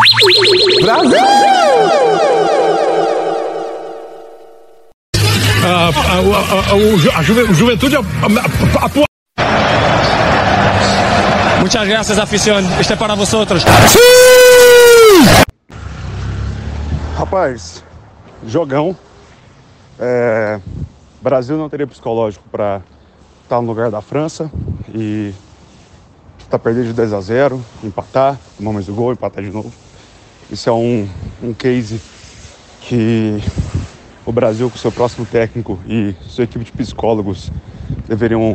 Brasil! A juventude Muchas gracias, afición. Este é para vosotros. Rapaz, jogão. Brasil não teria psicológico para estar no lugar da França e tá perdendo de 2-0, empatar, tomar mais o gol, empatar de novo. Isso é um case que o Brasil, com seu próximo técnico e sua equipe de psicólogos, deveriam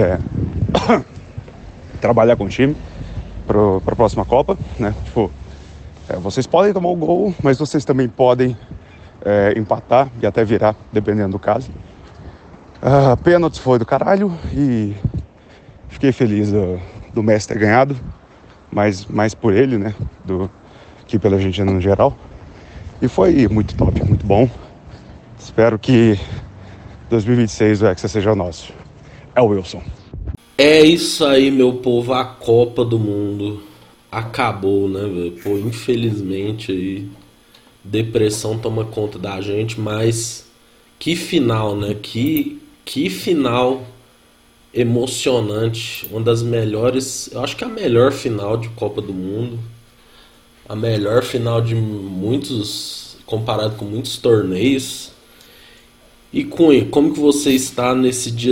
trabalhar com o time para a próxima Copa, né? Tipo, vocês podem tomar o gol, mas vocês também podem empatar e até virar, dependendo do caso. Pênaltis foi do caralho e fiquei feliz do Messi ter ganhado, mas mais por ele, né, que pela Argentina no geral. E foi muito top, muito bom. Espero que 2026 o Hexa seja nosso. É o Wilson. É isso aí, meu povo, a Copa do Mundo acabou, né, velho? Pô, infelizmente aí, depressão toma conta da gente, mas que final, né? Que final emocionante, uma das melhores, eu acho que a melhor final de Copa do Mundo, a melhor final de muitos, comparado com muitos torneios. E Cunha, como que você está nesse dia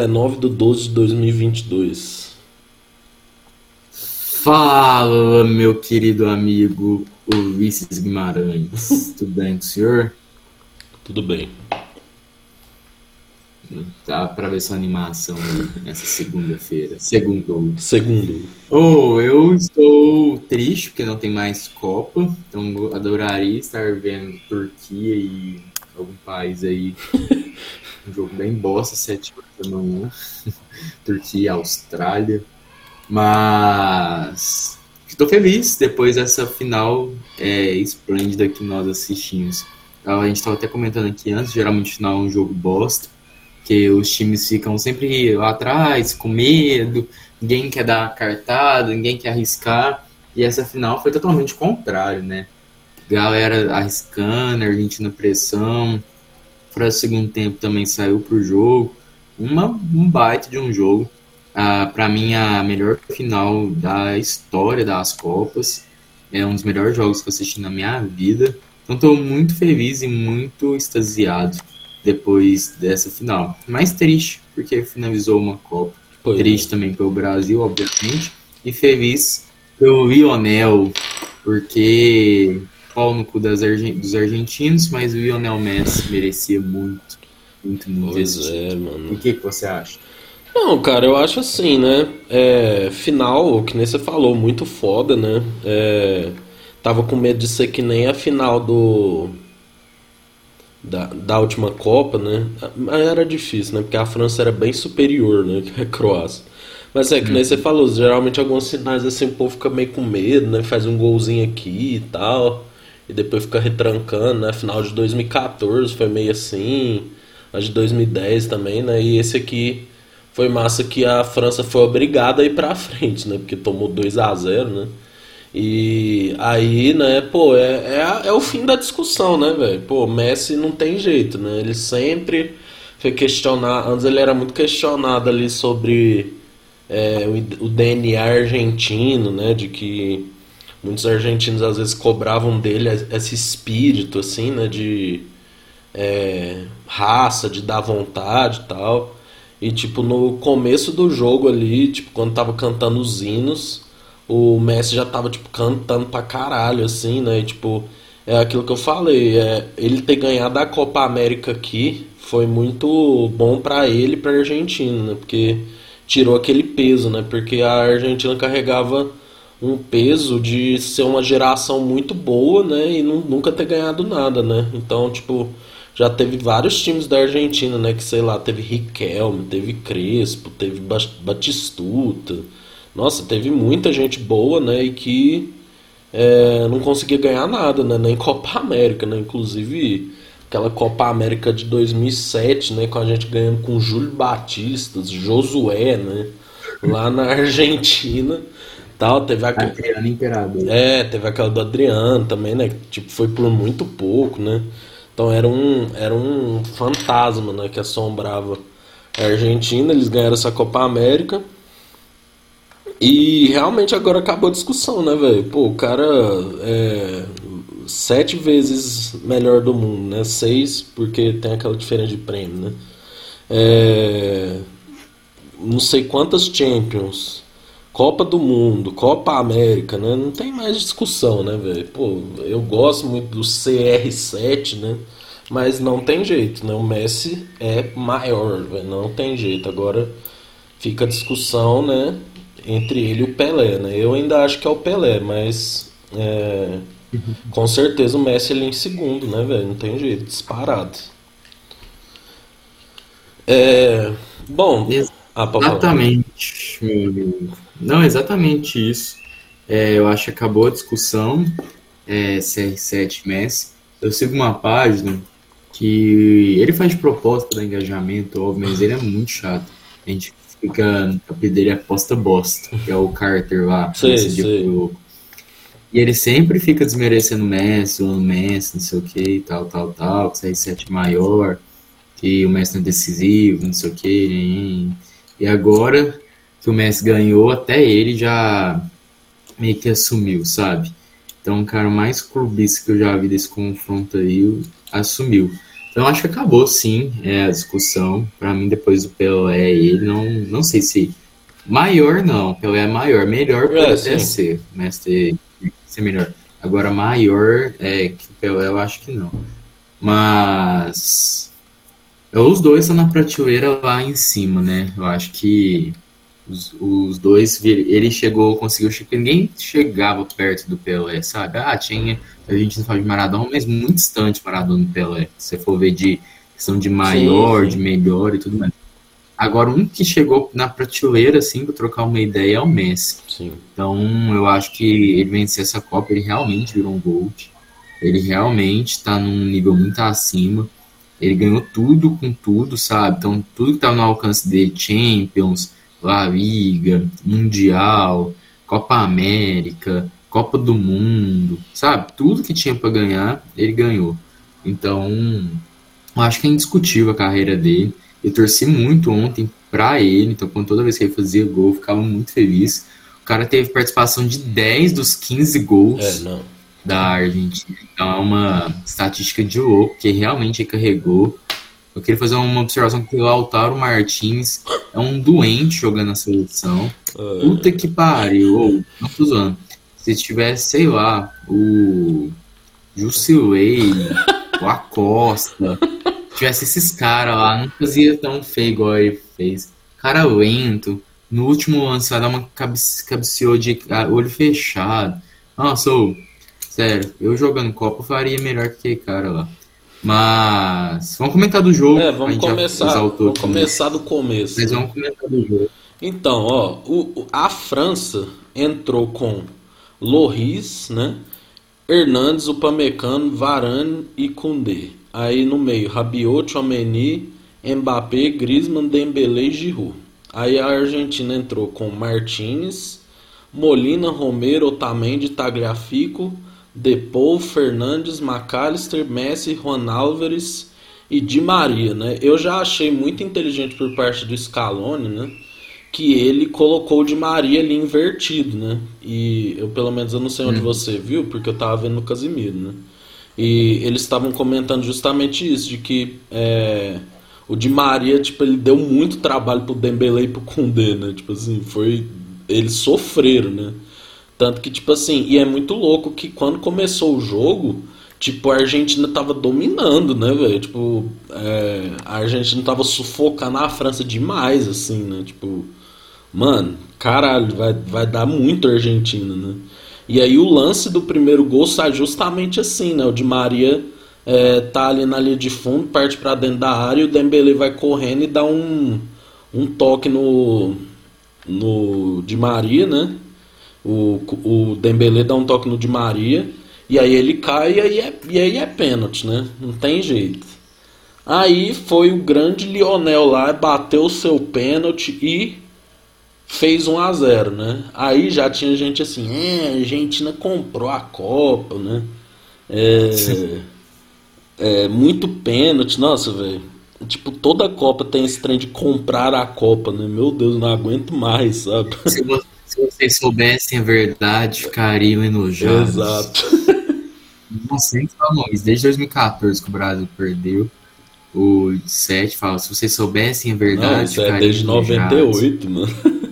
19/12/2022? Fala, meu querido amigo Ulisses Guimarães. Tudo bem com o senhor? Tudo bem. Tá pra ver sua animação aí nessa segunda-feira. Segundo. Eu estou triste porque não tem mais Copa, então adoraria estar vendo Turquia e algum país aí. Um jogo bem bosta, 7 horas da manhã. Turquia, Austrália. Mas estou feliz depois dessa final esplêndida que nós assistimos. A gente estava até comentando aqui antes, geralmente final é um jogo bosta, que os times ficam sempre lá atrás, com medo, ninguém quer dar cartada, ninguém quer arriscar, e essa final foi totalmente o contrário, né? Galera arriscando, Argentina pressão, para o segundo tempo também saiu pro jogo, um baita de um jogo, para mim a melhor final da história das Copas, é um dos melhores jogos que eu assisti na minha vida, então estou muito feliz e muito extasiado depois dessa final. Mais triste, porque finalizou uma Copa. Triste também pelo Brasil, obviamente. E feliz pelo Lionel, porque pau no cu dos argentinos, mas o Lionel Messi merecia muito. Pois mano. O que você acha? Não, cara, eu acho assim, né? Final, que nem você falou, muito foda, né? Tava com medo de ser que nem a final da última Copa, né? Mas era difícil, né? Porque a França era bem superior, né? Que a Croácia. Mas que nem você falou, geralmente alguns sinais assim o povo fica meio com medo, né? Faz um golzinho aqui e tal, e depois fica retrancando, né? A final de 2014 foi meio assim, a de 2010 também, né? E esse aqui foi massa que a França foi obrigada a ir pra frente, né? Porque tomou 2-0, né? E aí, né, pô, é o fim da discussão, né, velho? Pô, Messi não tem jeito, né? Ele sempre foi questionado. Antes ele era muito questionado ali sobre o DNA argentino, né? De que muitos argentinos às vezes cobravam dele esse espírito, assim, né? De raça, de dar vontade e tal. E, tipo, no começo do jogo ali, tipo, quando tava cantando os hinos, o Messi já tava, tipo, cantando pra caralho, assim, né? E, tipo, é aquilo que eu falei. Ele ter ganhado a Copa América aqui foi muito bom pra ele e pra Argentina, né? Porque tirou aquele peso, né? Porque a Argentina carregava um peso de ser uma geração muito boa, né? E nunca ter ganhado nada, né? Então, tipo, já teve vários times da Argentina, né? Que, sei lá, teve Riquelme, teve Crespo, teve Batistuta. Nossa, teve muita gente boa, né? E que não conseguia ganhar nada, né? Nem Copa América, né? Inclusive aquela Copa América de 2007, né? Com a gente ganhando com Júlio Batista, Josué, né? Lá na Argentina. tal, Adriano Imperador. teve aquela do Adriano também, né? Que tipo, foi por muito pouco, né? Então era um fantasma, né? Que assombrava a Argentina. Eles ganharam essa Copa América. E realmente agora acabou a discussão, né, velho? Pô, o cara é 7 vezes melhor do mundo, né? 6, porque tem aquela diferença de prêmio, né? É, não sei quantas Champions, Copa do Mundo, Copa América, né? Não tem mais discussão, né, velho? Pô, eu gosto muito do CR7, né? Mas não tem jeito, né? O Messi é maior, velho. Não tem jeito. Agora fica a discussão, né? Entre ele e o Pelé, né? Eu ainda acho que é o Pelé, mas com certeza o Messi ali em segundo, né, velho? Não tem jeito, disparado. É, bom, pode falar. Exatamente, meu amigo. Não, exatamente isso. Eu acho que acabou a discussão, CR7 Messi. Eu sigo uma página que ele faz de propósito para engajamento, óbvio, mas ele é muito chato. A gente fica no capítulo dele aposta bosta, que é o Carter lá. Sei, esse dia sei. E ele sempre fica desmerecendo o Messi, não sei o que, e tal, que o CR7 é maior, que o Messi não é decisivo, não sei o que. E agora que o Messi ganhou, até ele já meio que assumiu, sabe? Então, o cara mais clubista que eu já vi desse confronto aí assumiu. Então, acho que acabou, sim, a discussão. Pra mim, depois do Pelé, ele não sei se... Maior, não. Pelé é maior. Melhor pode até sim. ser. O Messi ser melhor. Agora, maior que o Pelé, eu acho que não. Mas... os dois estão na prateleira lá em cima, né? Eu acho que os dois, ele conseguiu, ninguém chegava perto do Pelé, sabe? Tinha, a gente não fala de Maradona, mas muito distante Maradona e Pelé. Se você for ver de questão de maior, Sim. de melhor e tudo mais. Agora, um que chegou na prateleira, assim, para trocar uma ideia é o Messi. Sim. Então, eu acho que ele vencer essa Copa, ele realmente virou um GOAT. Ele realmente está num nível muito acima. Ele ganhou tudo com tudo, sabe? Então, tudo que estava no alcance dele, Champions, La Liga, Mundial, Copa América, Copa do Mundo, sabe? Tudo que tinha para ganhar, ele ganhou. Então, eu acho que é indiscutível a carreira dele. Eu torci muito ontem para ele, então, toda vez que ele fazia gol, eu ficava muito feliz. O cara teve participação de 10 dos 15 gols da Argentina. Então é uma estatística de louco, que realmente carregou. Eu queria fazer uma observação que o Lautaro Martins é um doente jogando na seleção. Puta que pariu. Não tô zoando. Se tivesse, sei lá, o Jusilei, o Acosta, tivesse esses caras lá, não fazia tão feio igual ele fez. Cara lento. No último lance, vai dar uma cabeceou de olho fechado. Nossa, sério, eu jogando Copa faria melhor que aquele cara lá. Mas vamos comentar do jogo. Vamos começar do começo. Mas vamos comentar do jogo. Então, a França entrou com Lloris, né? Hernandes, Upamecano, Varane e Koundé. Aí no meio, Rabiot, Tchouaméni, Mbappé, Griezmann, Dembélé e Giroud. Aí a Argentina entrou com Martínez, Molina, Romero, Otamendi, Tagliafico, Depou, Fernandes, McAllister, Messi, Juan Álvares e Di Maria, né? Eu já achei muito inteligente por parte do Scaloni, né? Que ele colocou o Di Maria ali invertido, né? E eu, pelo menos, eu não sei onde você viu, porque eu tava vendo no Casimiro, né? E eles estavam comentando justamente isso, de que o Di Maria, tipo, ele deu muito trabalho pro Dembélé e pro Koundé, né? Tipo assim, eles sofreram, né? Tanto que, tipo assim, e é muito louco que quando começou o jogo, tipo, a Argentina tava dominando, né, velho? Tipo, a Argentina tava sufocando a França demais, assim, né? Tipo, mano, caralho, vai dar muito a Argentina, né? E aí o lance do primeiro gol sai justamente assim, né? O Di Maria tá ali na linha de fundo, parte pra dentro da área, e o Dembélé vai correndo e dá um toque no Di Maria, né? O Dembélé dá um toque no Di Maria, e aí ele cai, e aí é pênalti, né? Não tem jeito. Aí foi o grande Lionel lá, bateu o seu pênalti e fez 1-0, né? Aí já tinha gente assim, a Argentina comprou a Copa, né? Muito pênalti, nossa, velho. Tipo, toda Copa tem esse trem de comprar a Copa, né? Meu Deus, não aguento mais, sabe? Se vocês soubessem a verdade, ficariam enojados. Exato. Não sempre falam isso. Desde 2014 que o Brasil perdeu o 7, fala, se vocês soubessem a Não, verdade, isso é ficariam desde enojados. 98, mano.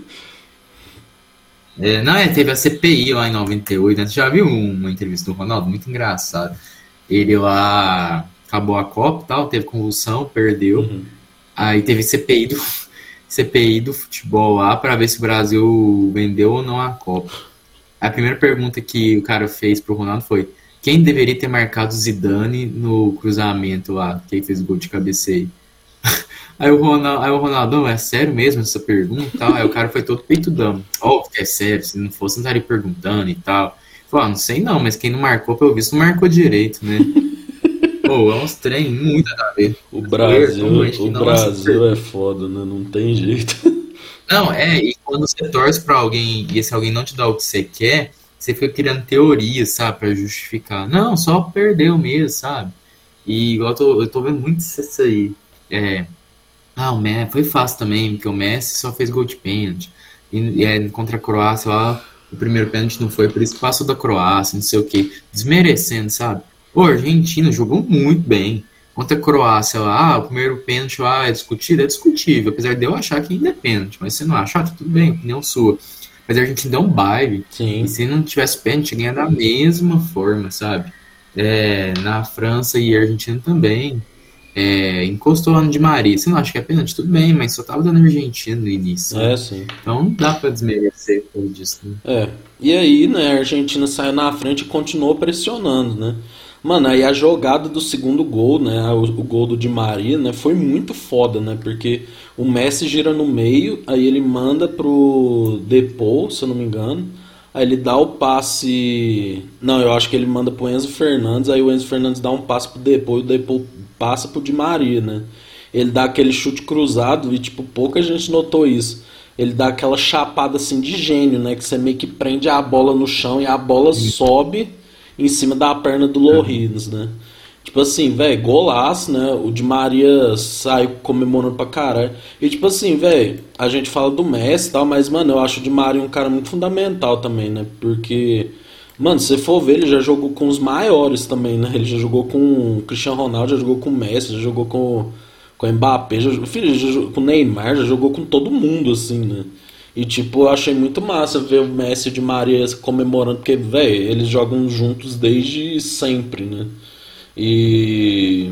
Teve a CPI lá em 98, né? Você já viu uma entrevista do Ronaldo? Muito engraçado. Ele lá acabou a Copa e tal, teve convulsão, perdeu. Aí teve CPI do futebol lá pra ver se o Brasil vendeu ou não a Copa. A primeira pergunta que o cara fez pro Ronaldo foi: quem deveria ter marcado o Zidane no cruzamento lá, que ele fez o gol de cabeceio? Aí o Ronaldo, não, é sério mesmo essa pergunta e tal? Aí o cara foi todo peitudão. Óbvio que é sério, se não fosse, não estaria perguntando e tal. Falou, não sei não, mas quem não marcou, pelo visto, não marcou direito, né? Pô, é uns trem muito nada a ver. O Brasil é foda, né? Não tem jeito. Não, e quando você torce pra alguém e esse alguém não te dá o que você quer, você fica criando teorias, sabe, pra justificar. Não, só perdeu mesmo, sabe? E igual eu tô vendo muito isso aí. O Messi foi fácil também, porque o Messi só fez gol de pênalti. E contra a Croácia lá, o primeiro pênalti não foi, por isso que passou da Croácia, não sei o quê. Desmerecendo, sabe? Pô, a Argentina jogou muito bem. Contra a Croácia lá, o primeiro pênalti lá é discutível. Apesar de eu achar que ainda é pênalti. Mas se você não achar, tá tudo bem, opinião sua. Mas a Argentina deu um baile. Sim. E se não tivesse pênalti, ganha da mesma forma, sabe? Na França e Argentina também. Encostou lá no Di Maria. Você não acha que é pênalti? Tudo bem, mas só tava dando Argentina no início. Sim. Então não dá pra desmerecer tudo disso, né? E aí, né, a Argentina saiu na frente e continuou pressionando, né? Mano, aí a jogada do segundo gol, né, o gol do Di Maria, né, foi muito foda, né, porque o Messi gira no meio, aí ele manda pro Depou, se eu não me engano, aí ele dá o passe, não, eu acho que ele manda pro Enzo Fernandes, aí o Enzo Fernandes dá um passe pro Depou e o Depou passa pro Di Maria, né, ele dá aquele chute cruzado e, tipo, pouca gente notou isso. Ele dá aquela chapada, assim, de gênio, né, que você meio que prende a bola no chão e a bola sobe em cima da perna do Lloris, né? Tipo assim, velho, golaço, né? O Di Maria saiu comemorando pra caralho. E tipo assim, velho, a gente fala do Messi e tal, mas, mano, eu acho o Di Maria um cara muito fundamental também, né? Porque, mano, se você for ver, ele já jogou com os maiores também, né? Ele já jogou com o Cristiano Ronaldo, já jogou com o Messi, já jogou com o Mbappé, já jogou com o Neymar, já jogou com todo mundo, assim, né? E, tipo, eu achei muito massa ver o Messi e o Di Maria comemorando, porque, velho, eles jogam juntos desde sempre, né? E...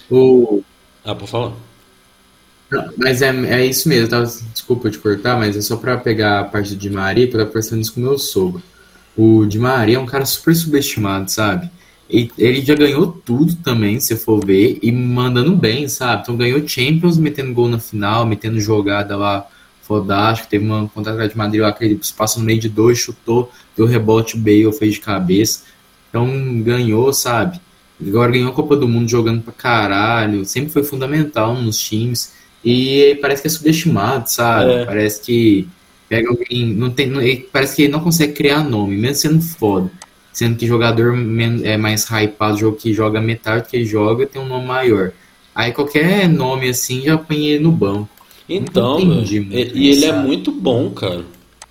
por falar. Não, mas é isso mesmo, tá? Desculpa te cortar, mas é só pra pegar a parte do Di Maria, porque eu tava conversando isso com o meu sogro. O Di Maria é um cara super subestimado, sabe? Ele já ganhou tudo também, se for ver, e mandando bem, sabe? Então ganhou Champions, metendo gol na final, metendo jogada lá fodástico, teve uma contra de Madrid lá que ele passou no meio de dois, chutou, deu rebote, o Bale fez de cabeça. Então ganhou, sabe? Agora ganhou a Copa do Mundo jogando pra caralho, sempre foi fundamental nos times. E parece que é subestimado, sabe? Parece que pega alguém. Parece que ele não consegue criar nome, mesmo sendo foda. Sendo que jogador é mais hypado, jogo que joga metade do que joga, tem um nome maior. Aí qualquer nome assim já põe ele no banco. Então, e ele é muito bom, cara.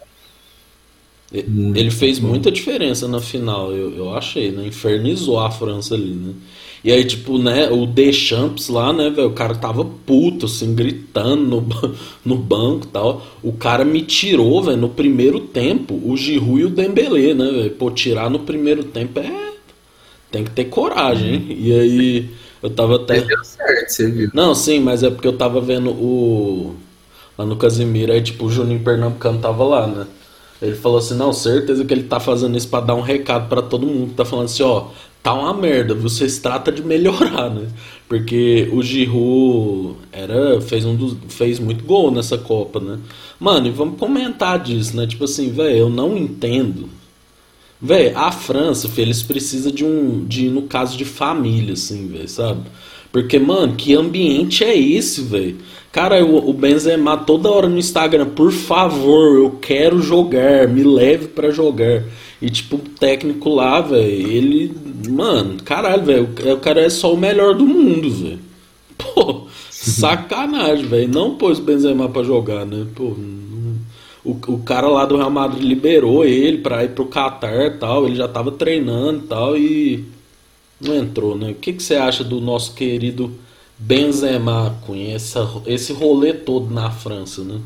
Ele fez muita diferença na final, eu achei, né? Infernizou a França ali, né? E aí, tipo, né, o Deschamps lá, né, velho, o cara tava puto, assim, gritando no banco e tal. O cara me tirou, velho, no primeiro tempo, o Giroud e o Dembélé, né, velho? Pô, tirar no primeiro tempo tem que ter coragem, hein? E aí, eu tava até... Mas deu certo, você viu? Não, sim, mas é porque eu tava vendo lá no Casimiro, aí, tipo, o Juninho Pernambucano tava lá, né? Ele falou assim, não, certeza que ele tá fazendo isso pra dar um recado pra todo mundo que tá falando assim, ó, tá uma merda, vocês tratam de melhorar, né? Porque o Giroud fez muito gol nessa Copa, né? Mano, e vamos comentar disso, né? Tipo assim, velho, eu não entendo. Velho, a França, filho, eles precisam de ir no caso de família, assim, velho, sabe? Porque, mano, que ambiente é esse, velho? Cara, o Benzema toda hora no Instagram, por favor, eu quero jogar, me leve pra jogar. E tipo, o técnico lá, velho, ele. Mano, caralho, velho, o cara é só o melhor do mundo, velho. Pô, sacanagem, velho. Não pôs o Benzema pra jogar, né? Pô, o cara lá do Real Madrid liberou ele pra ir pro Catar e tal. Ele já tava treinando e tal e não entrou, né? O que você acha do nosso querido Benzema com esse rolê todo na França, né?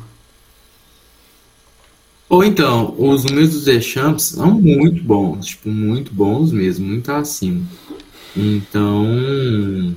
Ou então, os números dos Deschamps são muito bons, tipo, muito bons mesmo, muito acima. Então,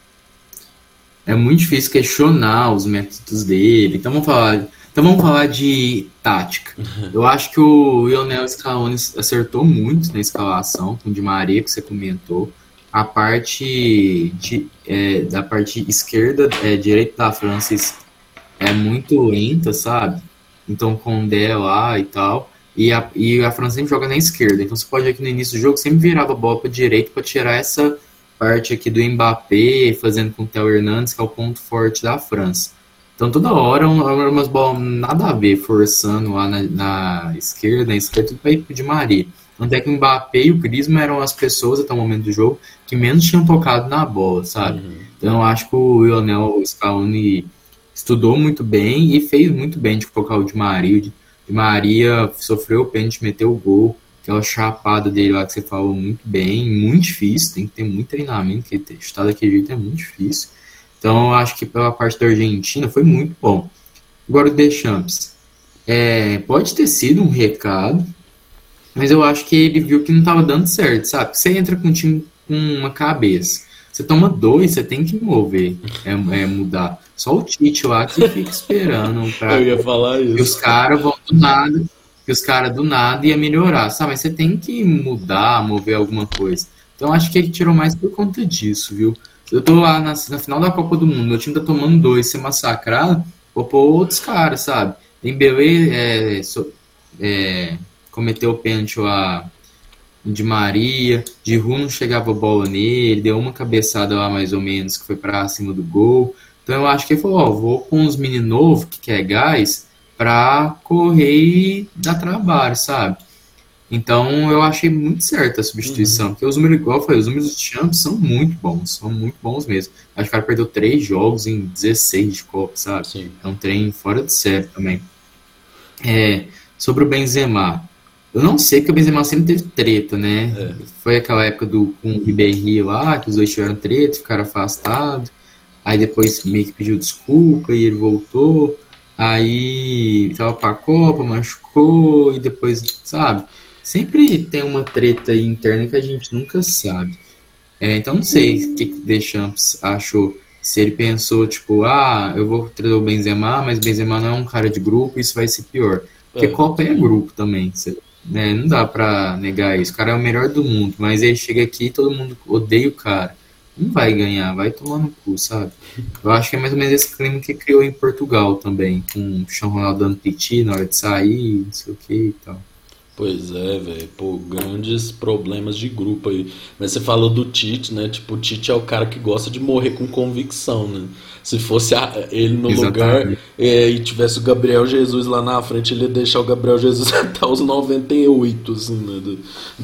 é muito difícil questionar os métodos dele. Então vamos falar de tática. Eu acho que o Lionel Scaloni acertou muito na escalação, com o Di Maria que você comentou. A parte da parte esquerda, direita da França é muito lenta, sabe? Então com o Condé lá e tal. E a França sempre joga na esquerda. Então você pode ver que no início do jogo sempre virava a bola para direita para tirar essa parte aqui do Mbappé, fazendo com o Theo Hernandes, que é o ponto forte da França. Então toda hora umas bolas nada a ver, forçando lá na esquerda, tudo para ir pro Di Maria. Tanto é que o Mbappé e o Griezmann eram as pessoas até o momento do jogo que menos tinham tocado na bola, sabe? Então eu acho que o Lionel Scaloni estudou muito bem e fez muito bem de colocar o Di Maria. O Di Maria sofreu o pênalti, meteu o gol, aquela chapada dele lá que você falou muito bem, muito difícil, tem que ter muito treinamento, porque chutar daquele jeito é muito difícil. Então eu acho que pela parte da Argentina foi muito bom. Agora o Deschamps, pode ter sido um recado, mas eu acho que ele viu que não estava dando certo, sabe? Você entra com um time com uma cabeça, você toma 2, você tem que mover, mudar. Só o Tite lá que fica esperando pra Eu ia falar isso. que os caras vão do nada, que os caras do nada ia melhorar, sabe? Mas você tem que mudar, mover alguma coisa. Então acho que ele tirou mais por conta disso, viu? Eu tô lá na final da Copa do Mundo, meu time tá tomando 2, ser massacrado, vou pôr outros caras, sabe? Dembélé cometeu o pênalti lá de Maria, Giroud não chegava a bola nele, deu uma cabeçada lá mais ou menos que foi pra cima do gol. Então eu acho que ele falou, vou com os meninos novos que quer gás pra correr e dar trabalho, sabe? Então eu achei muito certa a substituição, porque os números, igual eu falei, os números do Champs são muito bons mesmo. Acho que o cara perdeu 3 jogos em 16 de Copa, sabe? Sim. É um trem fora de série também. Sobre o Benzema, eu não sei porque o Benzema sempre teve treta, né? Foi aquela época com o Ribéry lá, que os dois tiveram treta, ficaram afastados. Aí depois meio que pediu desculpa e ele voltou. Aí tava pra Copa, machucou e depois, sabe? Sempre tem uma treta aí interna que a gente nunca sabe. Então não sei o que o Deschamps achou. Se ele pensou, tipo, eu vou trazer o Benzema, mas o Benzema não é um cara de grupo, isso vai ser pior. Porque Copa é grupo também, né? Não dá pra negar isso. O cara é o melhor do mundo, mas ele chega aqui e todo mundo odeia o cara. Não vai ganhar, vai tomar no cu, sabe? Eu acho que é mais ou menos esse clima que criou em Portugal também, com o Cristiano Ronaldo dando piti na hora de sair, não sei o que e tal. Pois é, velho. Pô, grandes problemas de grupo aí. Mas você falou do Tite, né? Tipo, o Tite é o cara que gosta de morrer com convicção, né? Se fosse ele no lugar e tivesse o Gabriel Jesus lá na frente, ele ia deixar o Gabriel Jesus até os 98, assim, né?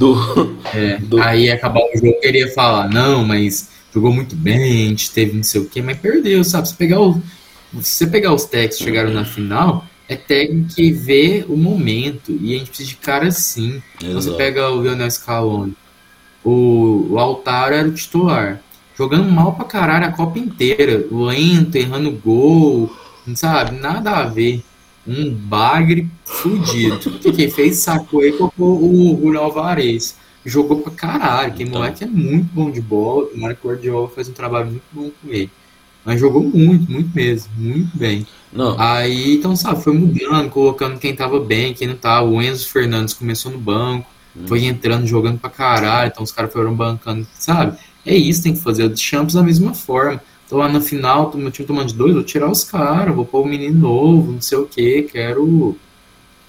Aí ia acabar o jogo, ele ia falar, não, mas jogou muito bem, a gente teve não sei o quê, mas perdeu, sabe? Se você pegar os técnicos que chegaram na final, é técnico que vê o momento, e a gente precisa de cara assim. Então você pega o Lionel Scaloni, o Lautaro era o titular, jogando mal pra caralho a Copa inteira, lento, errando gol, não sabe? Nada a ver. Um bagre fudido. O que ele fez? Sacou ele e colocou o Julio Alvarez. Jogou pra caralho, que moleque é muito bom de bola, o Marco Guardiola faz um trabalho muito bom com ele. Mas jogou muito, muito mesmo, muito bem. Não. Aí, então, sabe, foi mudando, colocando quem tava bem, quem não tava. O Enzo Fernandes começou no banco, foi entrando, jogando pra caralho, então os caras foram bancando, sabe? É isso que tem que fazer. O Champs da mesma forma. Tô lá no final, meu time tomando de 2, vou tirar os caras, vou pôr o menino novo, não sei o que, quero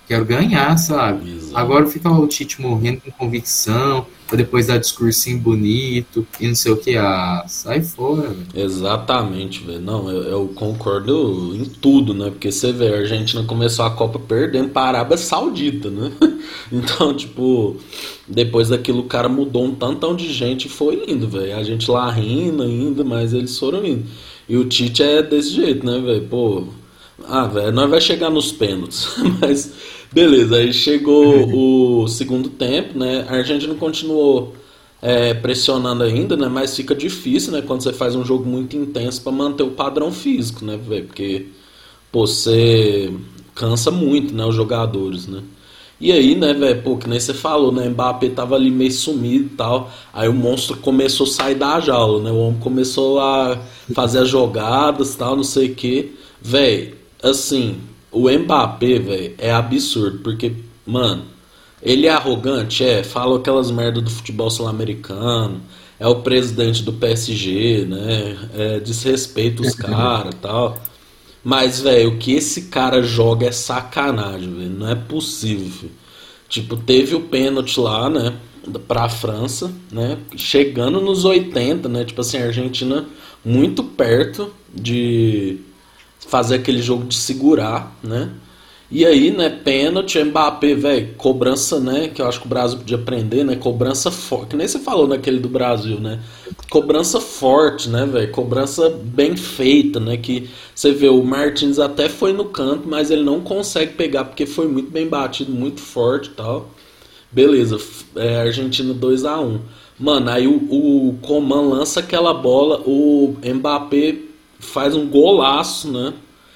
Quero ganhar, sabe? Exato. Agora fica o Tite morrendo com convicção, pra depois dar discursinho bonito e não sei o que. Ah, sai fora, velho. Exatamente, velho. Não, eu concordo em tudo, né? Porque você vê, a Argentina começou a Copa perdendo para a Arábia Saudita, né? Então, tipo, depois daquilo o cara mudou um tantão de gente e foi lindo, velho. A gente lá rindo ainda, mas eles foram indo. E o Tite é desse jeito, né, velho? Pô, velho, nós vai chegar nos pênaltis. Mas, beleza, aí chegou o segundo tempo, né? A Argentina continuou pressionando ainda, né? Mas fica difícil, né? Quando você faz um jogo muito intenso pra manter o padrão físico, né, velho? Porque, pô, você cansa muito, né? Os jogadores, né? E aí, né, velho, pô, que nem você falou, né? Mbappé tava ali meio sumido e tal. Aí o monstro começou a sair da jaula, né? O homem começou a fazer as jogadas e tal, não sei o que. Velho, assim, o Mbappé, velho, é absurdo, porque, mano, ele é arrogante, fala aquelas merda do futebol sul-americano, é o presidente do PSG, né? Desrespeita os caras e tal. Mas, velho, o que esse cara joga é sacanagem, velho. Não é possível, filho. Tipo, teve o pênalti lá, né? Pra França, né? Chegando nos 80, né? Tipo assim, a Argentina muito perto de fazer aquele jogo de segurar, né? E aí, né, pênalti, Mbappé, velho, cobrança, né, que eu acho que o Brasil podia aprender, né, cobrança forte, que nem você falou naquele do Brasil, né, cobrança forte, né, velho, cobrança bem feita, né, que você vê, o Martins até foi no canto, mas ele não consegue pegar, porque foi muito bem batido, muito forte e tal. Beleza, Argentina 2-1. Mano, aí o Coman lança aquela bola, o Mbappé faz um golaço, né,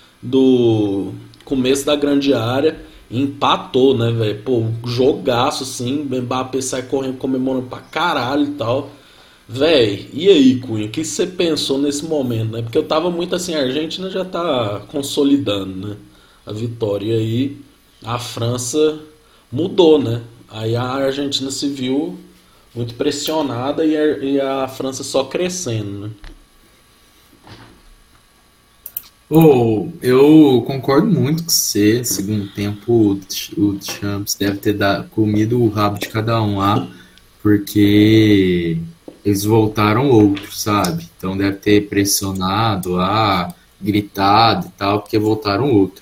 do começo da grande área, empatou, né, velho? Pô, jogaço assim, o Mbappé sai correndo, comemorando pra caralho e tal. Véi, e aí, Cunha, o que você pensou nesse momento, né? Porque eu tava muito assim, a Argentina já tá consolidando, né? A vitória. E aí a França mudou, né? Aí a Argentina se viu muito pressionada e a França só crescendo, né? Eu concordo muito com você. Segundo tempo, o Champs deve ter comido o rabo de cada um lá, porque eles voltaram outros, sabe? Então deve ter pressionado lá, gritado e tal, porque voltaram outro.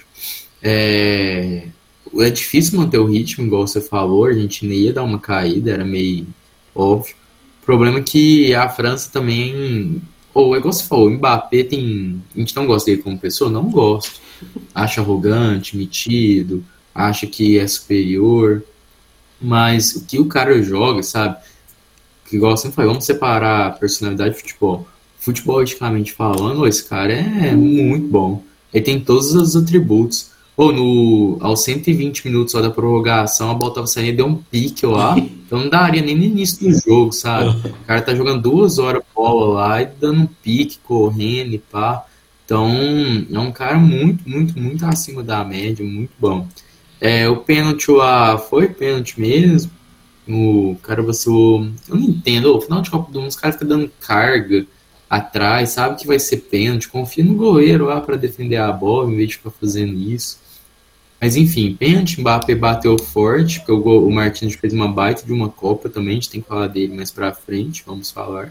É difícil manter o ritmo, igual você falou, a gente ia dar uma caída, era meio óbvio. O problema é que a França também. Ou, igual você falou, o Mbappé tem. A gente não gosta dele como pessoa? Não gosto. Acha arrogante, metido, acha que é superior. Mas o que o cara joga, sabe? Que igual você falou, vamos separar a personalidade de futebol. Futebolisticamente falando, esse cara é muito bom. Ele tem todos os atributos. Aos 120 minutos só da prorrogação, a bola tava saindo e deu um pique lá. Então não daria nem no início do jogo, sabe? O cara tá jogando 2 horas bola lá e dando um pique, correndo e pá. Então é um cara muito, muito, muito acima da média, muito bom. O pênalti lá foi pênalti mesmo. O cara vacilou. Eu não entendo. O final de Copa do Mundo, os caras ficam dando carga atrás, sabe que vai ser pênalti. Confia no goleiro lá pra defender a bola, em vez de ficar fazendo isso. Mas enfim, pênalti, Mbappé bateu forte, porque o Martins fez uma baita de uma Copa também, a gente tem que falar dele mais pra frente, vamos falar.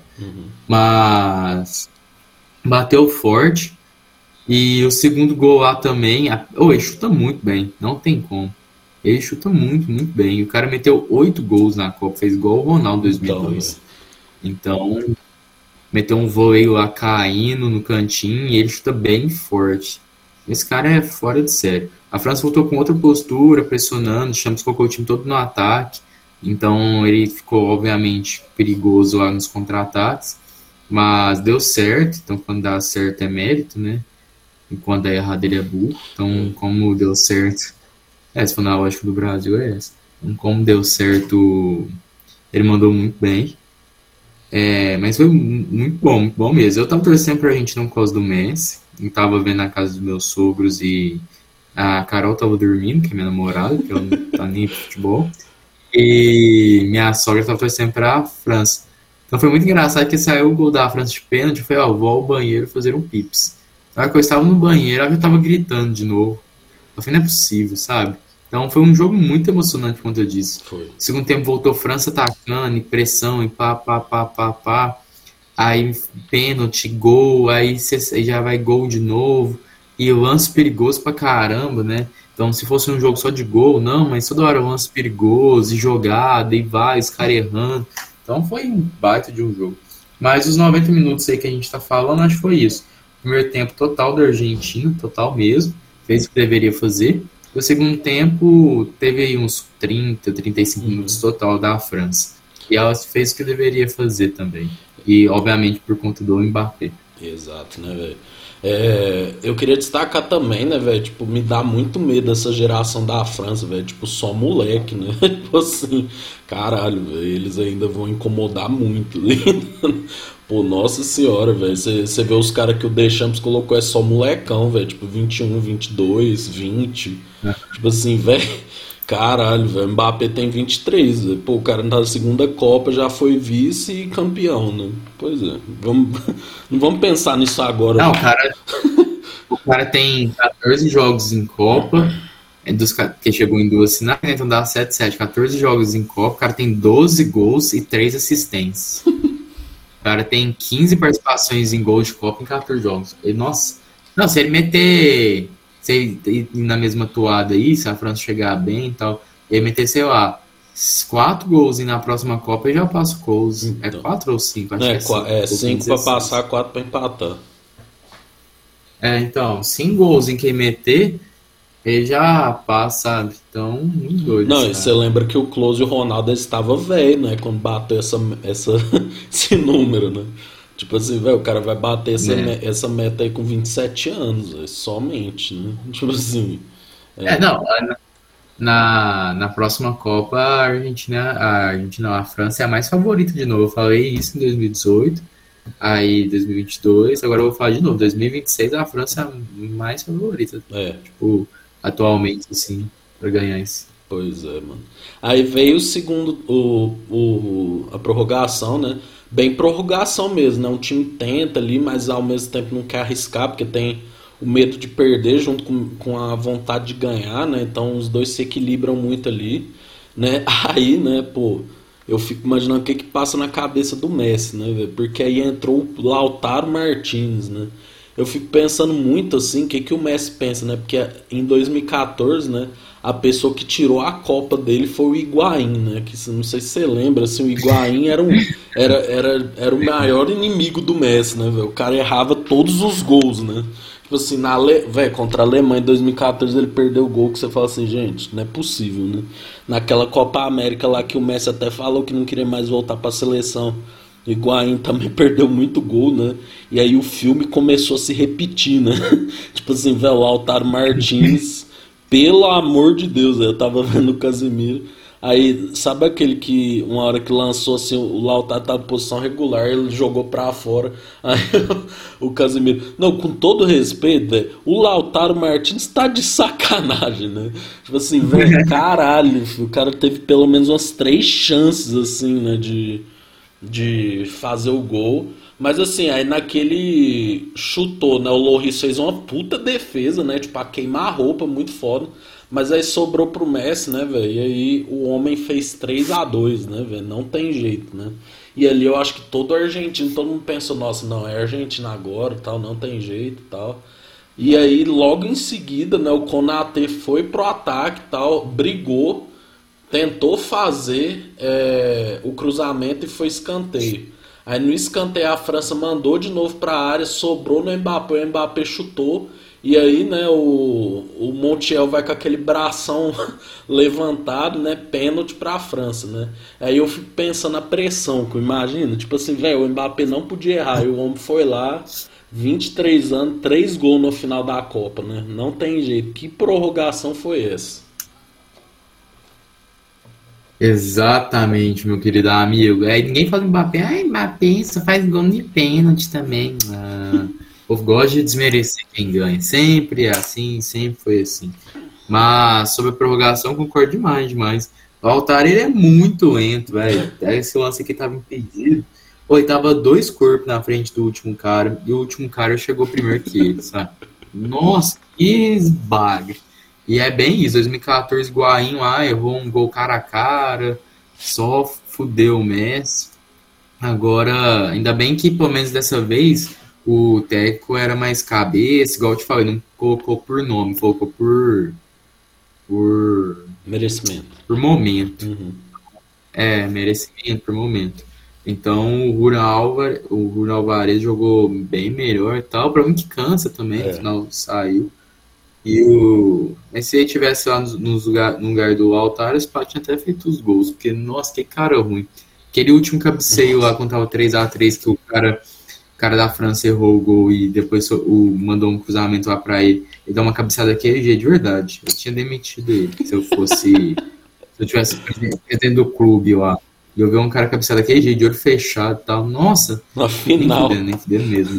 Mas bateu forte, e o segundo gol lá também, ele chuta muito bem, não tem como. Ele chuta muito, muito bem. O cara meteu 8 gols na Copa, fez igual o Ronaldo em 2002. Então, meteu um vôlei lá caindo no cantinho, e ele chuta bem forte. Esse cara é fora de série. A França voltou com outra postura, pressionando, o Champs colocou o time todo no ataque, então ele ficou, obviamente, perigoso lá nos contra-ataques, mas deu certo, então quando dá certo é mérito, né? E quando é errado ele é burro, então como deu certo, essa foi na lógica do Brasil, é essa. Então, como deu certo, ele mandou muito bem, mas foi muito bom mesmo. Eu tava torcendo pra Argentina por causa do Messi, eu tava vendo na casa dos meus sogros e a Carol tava dormindo, que é minha namorada, que ela não tá nem pro futebol. E minha sogra tava torcendo pra França. Então foi muito engraçado que saiu o gol da França de pênalti. Eu falei, vou ao banheiro fazer um pips. Na hora que eu estava no banheiro, ela já tava gritando de novo. Eu falei, não é possível, sabe? Então foi um jogo muito emocionante quanto eu disse. Foi. Segundo tempo voltou França atacando, e pressão, e pá, pá, pá, pá, pá. Aí pênalti, gol, aí já vai gol de novo. E lance perigoso pra caramba, né? Então se fosse um jogo só de gol, não, mas toda hora lance perigoso, e jogada, e vai, os caras errando. Então foi um baita de um jogo. Mas os 90 minutos aí que a gente tá falando, acho que foi isso. Primeiro tempo total da Argentina, total mesmo. Fez o que deveria fazer. O segundo tempo teve aí uns 35 minutos total da França. E ela fez o que deveria fazer também. E, obviamente, por conta do Mbappé. Exato, né, velho? Eu queria destacar também, né, velho? Tipo, me dá muito medo essa geração da França, velho. Tipo, só moleque, né? Tipo assim, caralho, velho. Eles ainda vão incomodar muito. Pô, nossa senhora, velho. Você vê os caras que o Deschamps colocou, é só molecão, velho. Tipo, 21, 22, 20. Tipo assim, velho. Caralho, velho. Mbappé tem 23. Véio. Pô, o cara na segunda Copa já foi vice e campeão, né? Pois é. Não vamos pensar nisso agora. Não, o cara tem 14 jogos em Copa. Que chegou em 2 finais, né? Então dá 7. 14 jogos em Copa. O cara tem 12 gols e 3 assistências. O cara tem 15 participações em gols de Copa em 14 jogos. Nossa. Não, se ele meter... Se ir na mesma toada aí, se a França chegar bem e tal, ele meter, sei lá, 4 gols e na próxima Copa ele já passa gols. Então. É 4 ou 5? Acho que é 5 pra passar, 4 pra empatar. Então, 5 gols em quem meter, ele já passa, então, muito doido. Não, e você lembra que o Klose e o Ronaldo estava velho, né, quando bateu esse número, né? Tipo assim, velho, o cara vai bater essa meta aí com 27 anos, véio, somente, né? Tipo assim. Não, na próxima Copa a França é a mais favorita de novo. Eu falei isso em 2018, aí 2022, agora eu vou falar de novo. 2026 a França é a mais favorita. Tipo, atualmente, assim, pra ganhar isso. Pois é, mano. Aí veio o segundo, a prorrogação, né? Bem prorrogação mesmo, né? Um time tenta ali, mas ao mesmo tempo não quer arriscar, porque tem o medo de perder junto com a vontade de ganhar, né? Então os dois se equilibram muito ali, né? Aí, né, pô, eu fico imaginando o que passa na cabeça do Messi, né, velho? Porque aí entrou o Lautaro Martínez, né? Eu fico pensando muito assim, o que o Messi pensa, né? Porque em 2014, né, a pessoa que tirou a Copa dele foi o Higuaín, né? Que não sei se você lembra, assim, o Higuaín era o maior inimigo do Messi, né, velho? O cara errava todos os gols, né? Tipo assim, velho, contra a Alemanha em 2014 ele perdeu o gol que você fala assim, gente, não é possível, né? Naquela Copa América lá que o Messi até falou que não queria mais voltar pra seleção. O Higuaín também perdeu muito gol, né? E aí o filme começou a se repetir, né? Tipo assim, velho, o Lautaro Martínez, pelo amor de Deus, eu tava vendo o Casemiro. Aí, sabe aquele que uma hora que lançou assim, o Lautaro tava em posição regular, ele jogou pra fora. Aí o Casemiro. Não, com todo respeito, velho, o Lautaro Martínez tá de sacanagem, né? Tipo assim, velho, caralho, o cara teve pelo menos umas 3 chances, assim, né? De fazer o gol. Mas assim, aí naquele chutou, né? O Lloris fez uma puta defesa, né? Tipo, a queimar-roupa, muito foda. Mas aí sobrou pro Messi, né, velho? E aí o homem fez 3-2, né, velho? Não tem jeito, né? E ali eu acho que todo argentino, todo mundo pensou, nossa, não, é Argentina agora, tal, não tem jeito, tal. E aí logo em seguida, né, o Konaté foi pro ataque, tal, brigou, tentou fazer o cruzamento e foi escanteio. Aí no escanteio a França mandou de novo pra área, sobrou no Mbappé, o Mbappé chutou. E aí, né, o Montiel vai com aquele bração levantado, né, pênalti pra França, né. Aí eu fico pensando na pressão, que eu imagino, tipo assim, velho, o Mbappé não podia errar, e o homem foi lá, 23 anos, 3 gols no final da Copa, né, não tem jeito. Que prorrogação foi essa? Exatamente, meu querido amigo. Aí ninguém fala do Mbappé, Mbappé só faz gol de pênalti também. O povo gosta de desmerecer quem ganha. Sempre é assim, sempre foi assim. Mas sobre a prorrogação, concordo demais. O Lautaro, ele é muito lento, velho. Esse lance aqui tava impedido. Pô, ele tava 2 corpos na frente do último cara, e o último cara chegou primeiro que ele, sabe? Nossa, que esbaga. E é bem isso, 2014, Higuaín lá, errou um gol cara a cara, só fudeu o Messi. Agora, ainda bem que pelo menos dessa vez o técnico era mais cabeça, igual eu te falei, não colocou por nome, colocou por, Merecimento. por momento. Uhum. Merecimento por momento. Então o Julián Álvares jogou bem melhor e tal. Pra mim que cansa também, no final saiu. Mas se ele tivesse lá no lugar do Lautaro, esse Pá tinha até feito os gols. Porque, nossa, que cara ruim. Aquele último cabeceio lá quando tava 3-3, que o cara da França errou o gol e depois mandou um cruzamento lá pra ele. Ele dá uma cabeçada daquele jeito, de verdade. Eu tinha demitido ele. Se eu tivesse presidente do clube lá, e eu ver um cara cabecear daquele jeito, de olho fechado e tal, nossa, Na final. nem fudendo mesmo.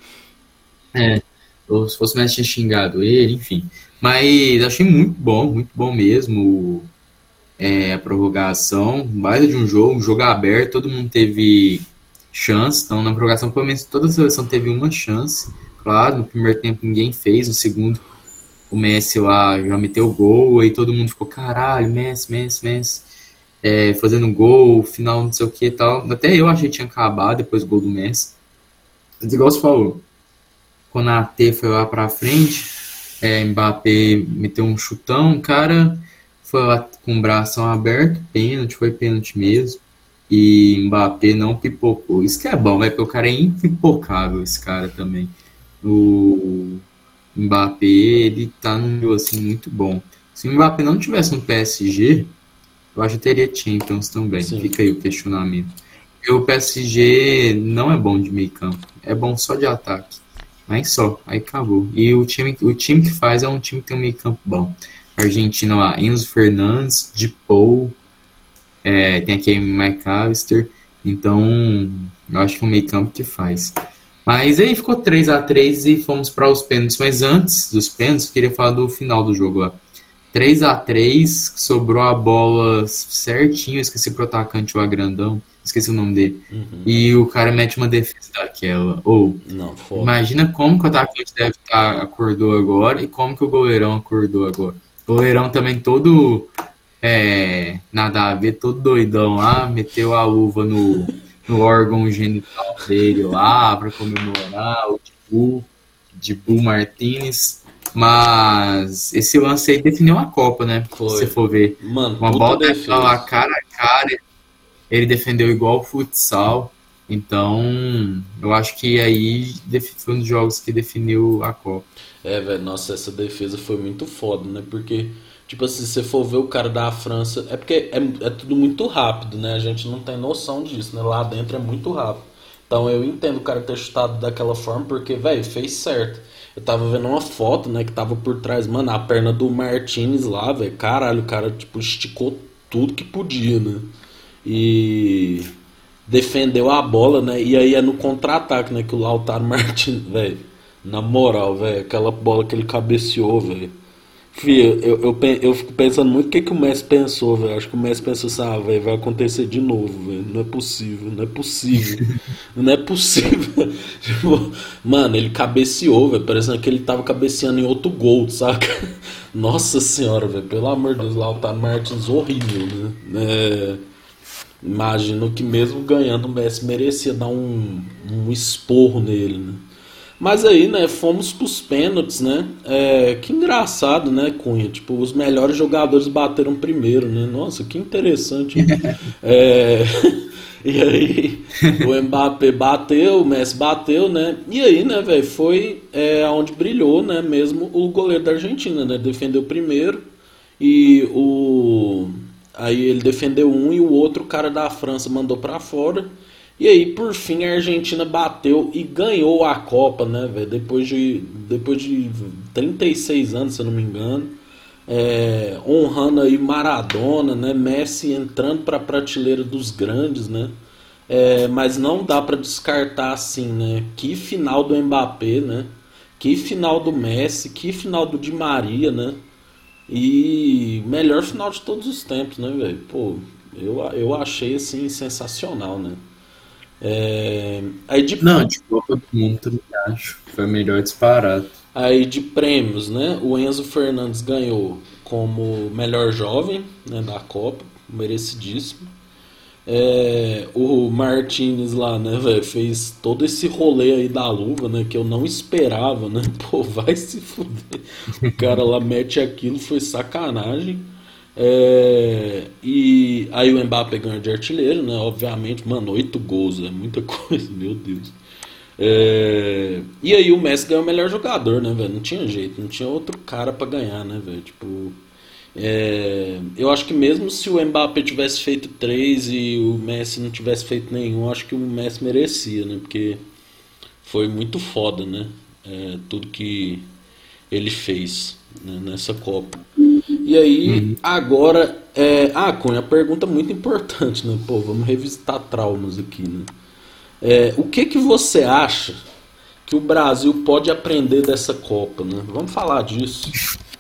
Ou se fosse mais tinha xingado ele, enfim. Mas achei muito bom mesmo a prorrogação, mais de um jogo aberto, todo mundo teve chance, então na prorrogação pelo menos toda a seleção teve uma chance, claro, no primeiro tempo ninguém fez, no segundo o Messi lá já meteu o gol, aí todo mundo ficou, caralho, Messi, fazendo gol, final não sei o que e tal. Até eu achei que tinha acabado depois do gol do Messi. Mas igual você falou, quando a AT foi lá pra frente, Mbappé meteu um chutão, o cara foi lá com o bração aberto, foi pênalti mesmo, e Mbappé não pipocou. Isso que é bom, porque o cara é impipocável, esse cara também. O Mbappé, ele tá num nível assim muito bom. Se o Mbappé não tivesse no PSG, eu acho que teria Champions também. Sim. Fica aí o questionamento. Porque o PSG não é bom de meio campo, é bom só de ataque. Mas só, aí acabou. E o time que faz é um time que tem um meio campo bom. Argentina lá, Enzo Fernandes, Depou, tem aqui McAllister. Então, eu acho que é um meio campo que faz. Mas aí ficou 3-3 e fomos para os pênaltis. Mas antes dos pênaltis, eu queria falar do final do jogo lá. 3-3, sobrou a bola certinho, eu esqueci pro atacante, o Agrandão, esqueci o nome dele. E o cara mete uma defesa daquela. Não, foda. Imagina como que o atacante deve estar acordou agora e como que o goleirão acordou agora. O goleirão também todo nada a ver, todo doidão lá, meteu a luva no órgão genital dele lá pra comemorar o Dibu Martinez. Mas esse lance aí definiu a Copa, né? Se você for ver. Mano, uma bola daquela lá, cara a cara, ele defendeu igual o futsal. Então, eu acho que aí foi um dos jogos que definiu a Copa. Velho, nossa, essa defesa foi muito foda, né? Porque, tipo assim, se você for ver o cara da França, é porque é tudo muito rápido, né? A gente não tem noção disso, né? Lá dentro é muito rápido. Então eu entendo o cara ter chutado daquela forma, porque, velho, fez certo. Eu tava vendo uma foto, né, que tava por trás, mano, a perna do Martinez lá, velho, caralho, o cara, tipo, esticou tudo que podia, né? E defendeu a bola, né? E aí é no contra-ataque, né, que o Lautaro Martinez, velho, na moral, velho, aquela bola que ele cabeceou, velho. Fih, eu fico pensando muito o que o Messi pensou, velho. Acho que o Messi pensou assim, velho, vai acontecer de novo, velho. Não é possível. Não é possível. Tipo, mano, ele cabeceou, velho. Parecendo que ele tava cabeceando em outro gol, saca? Nossa senhora, velho. Pelo amor de Deus, lá o Lautaro Martins horrível, né? Imagino que mesmo ganhando o Messi merecia dar um esporro nele, né? Mas aí, né, fomos pros pênaltis, né? Que engraçado, né, Cunha? Tipo, os melhores jogadores bateram primeiro, né? Nossa, que interessante. E aí, o Mbappé bateu, o Messi bateu, né? E aí, né, velho, foi onde brilhou, né, mesmo o goleiro da Argentina, né? Defendeu primeiro e aí ele defendeu um e o outro cara da França mandou pra fora. E aí, por fim, a Argentina bateu e ganhou a Copa, né, velho? Depois de 36 anos, se eu não me engano. Honrando aí Maradona, né? Messi entrando para a prateleira dos grandes, né? Mas não dá para descartar assim, né? Que final do Mbappé, né? Que final do Messi, que final do Di Maria, né? E melhor final de todos os tempos, né, velho? Pô, eu achei assim sensacional, né? Não, de Copa do Mundo também acho. Foi o melhor disparado. Aí de prêmios, né? O Enzo Fernandes ganhou como melhor jovem, né, da Copa, merecidíssimo. O Martinez lá, né, velho, fez todo esse rolê aí da luva, né, que eu não esperava, né? Pô, vai se fuder. O cara lá mete aquilo, foi sacanagem. E aí o Mbappé ganhou de artilheiro, né? Obviamente, mano, 8 gols, é muita coisa, meu Deus. E aí o Messi ganhou o melhor jogador, né, velho? Não tinha jeito, não tinha outro cara pra ganhar, né, velho? Tipo, eu acho que mesmo se o Mbappé tivesse feito 3 e o Messi não tivesse feito nenhum, eu acho que o Messi merecia, né? Porque foi muito foda, né? Tudo que ele fez, né, nessa Copa. E aí, agora, Cunha, a pergunta muito importante, né? Pô, vamos revisitar traumas aqui, né? O que você acha que o Brasil pode aprender dessa Copa, né? Vamos falar disso.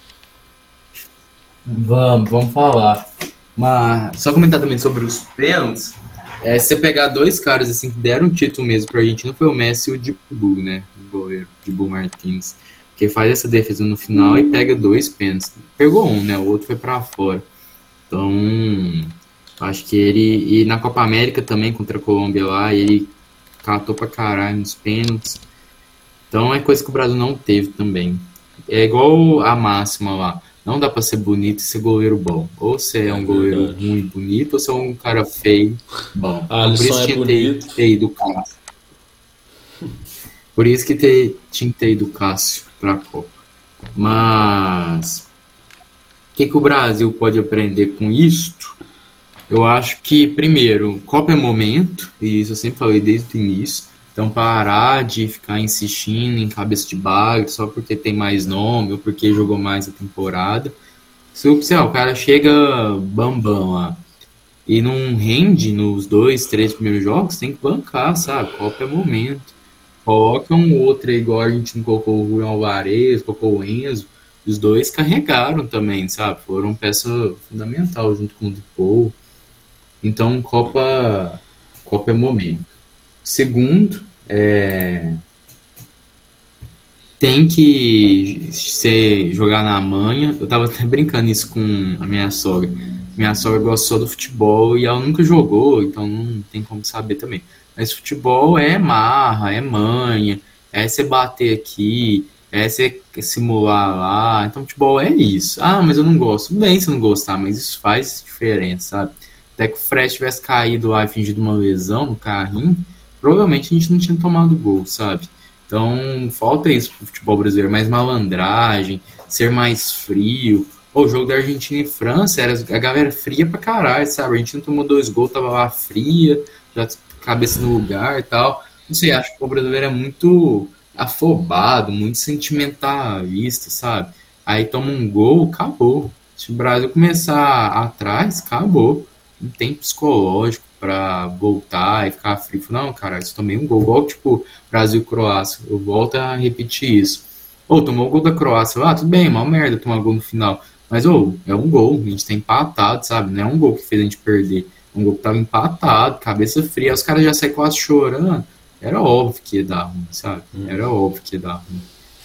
Vamos falar. Mas só comentar também sobre os pênaltis. Se você pegar dois caras assim que deram um título mesmo pra Argentina, foi o Messi e o Dibu, né? O goleiro, Dibu Martins. Que faz essa defesa no final e pega 2 pênaltis. Pegou um, né? O outro foi pra fora. Então, acho que ele... E na Copa América também, contra a Colômbia lá, ele catou pra caralho nos pênaltis. Então, é coisa que o Brasil não teve também. É igual a máxima lá. Não dá pra ser bonito e ser goleiro bom. Ou você é um goleiro ruim bonito, ou você é um cara feio bom. Então, por isso tinha que ter ido o Cássio. Por isso que tinha que ter ido o Cássio pra Copa. Mas o que o Brasil pode aprender com isto? Eu acho que, primeiro, Copa é momento, e isso eu sempre falei desde o início. Então, parar de ficar insistindo em cabeça de bagre só porque tem mais nome ou porque jogou mais a temporada. Se o cara chega bambão lá e não rende nos 2, 3 primeiros jogos, tem que bancar, sabe? Copa é momento. Coloca um outro igual a gente não colocou o Julián Álvarez, colocou o Enzo. Os dois carregaram também, sabe? Foram peça fundamental junto com o Dupou. Então, Copa é momento. Segundo, tem que jogar na manha. Eu tava até brincando isso com a minha sogra. Minha sogra gosta só do futebol e ela nunca jogou, então não tem como saber também. Mas futebol é marra, é manha, é você bater aqui, é você simular lá. Então futebol é isso. Ah, mas eu não gosto. Bem se não gostar, mas isso faz diferença, sabe? Até que o Fred tivesse caído lá e fingido uma lesão no carrinho, provavelmente a gente não tinha tomado gol, sabe? Então, falta isso pro futebol brasileiro, mais malandragem, ser mais frio. O jogo da Argentina e França, era a galera fria pra caralho, sabe? A Argentina tomou 2 gols, tava lá fria, já cabeça no lugar e tal. Não sei, acho que o brasileiro é muito afobado, muito sentimentalista, sabe? Aí toma um gol, acabou. Se o Brasil começar atrás, acabou. Não tem psicológico pra voltar e ficar frio. Não, cara, isso tomei um gol. Igual, tipo, Brasil e Croácia. Eu volto a repetir isso. Tomou o gol da Croácia. Tudo bem, mal merda tomar gol no final. Mas, é um gol. A gente tá empatado, sabe? Não é um gol que fez a gente perder. É um gol que tava empatado, cabeça fria. Aí os caras já saem quase chorando. Era óbvio que ia dar ruim, sabe? Era óbvio que ia dar ruim.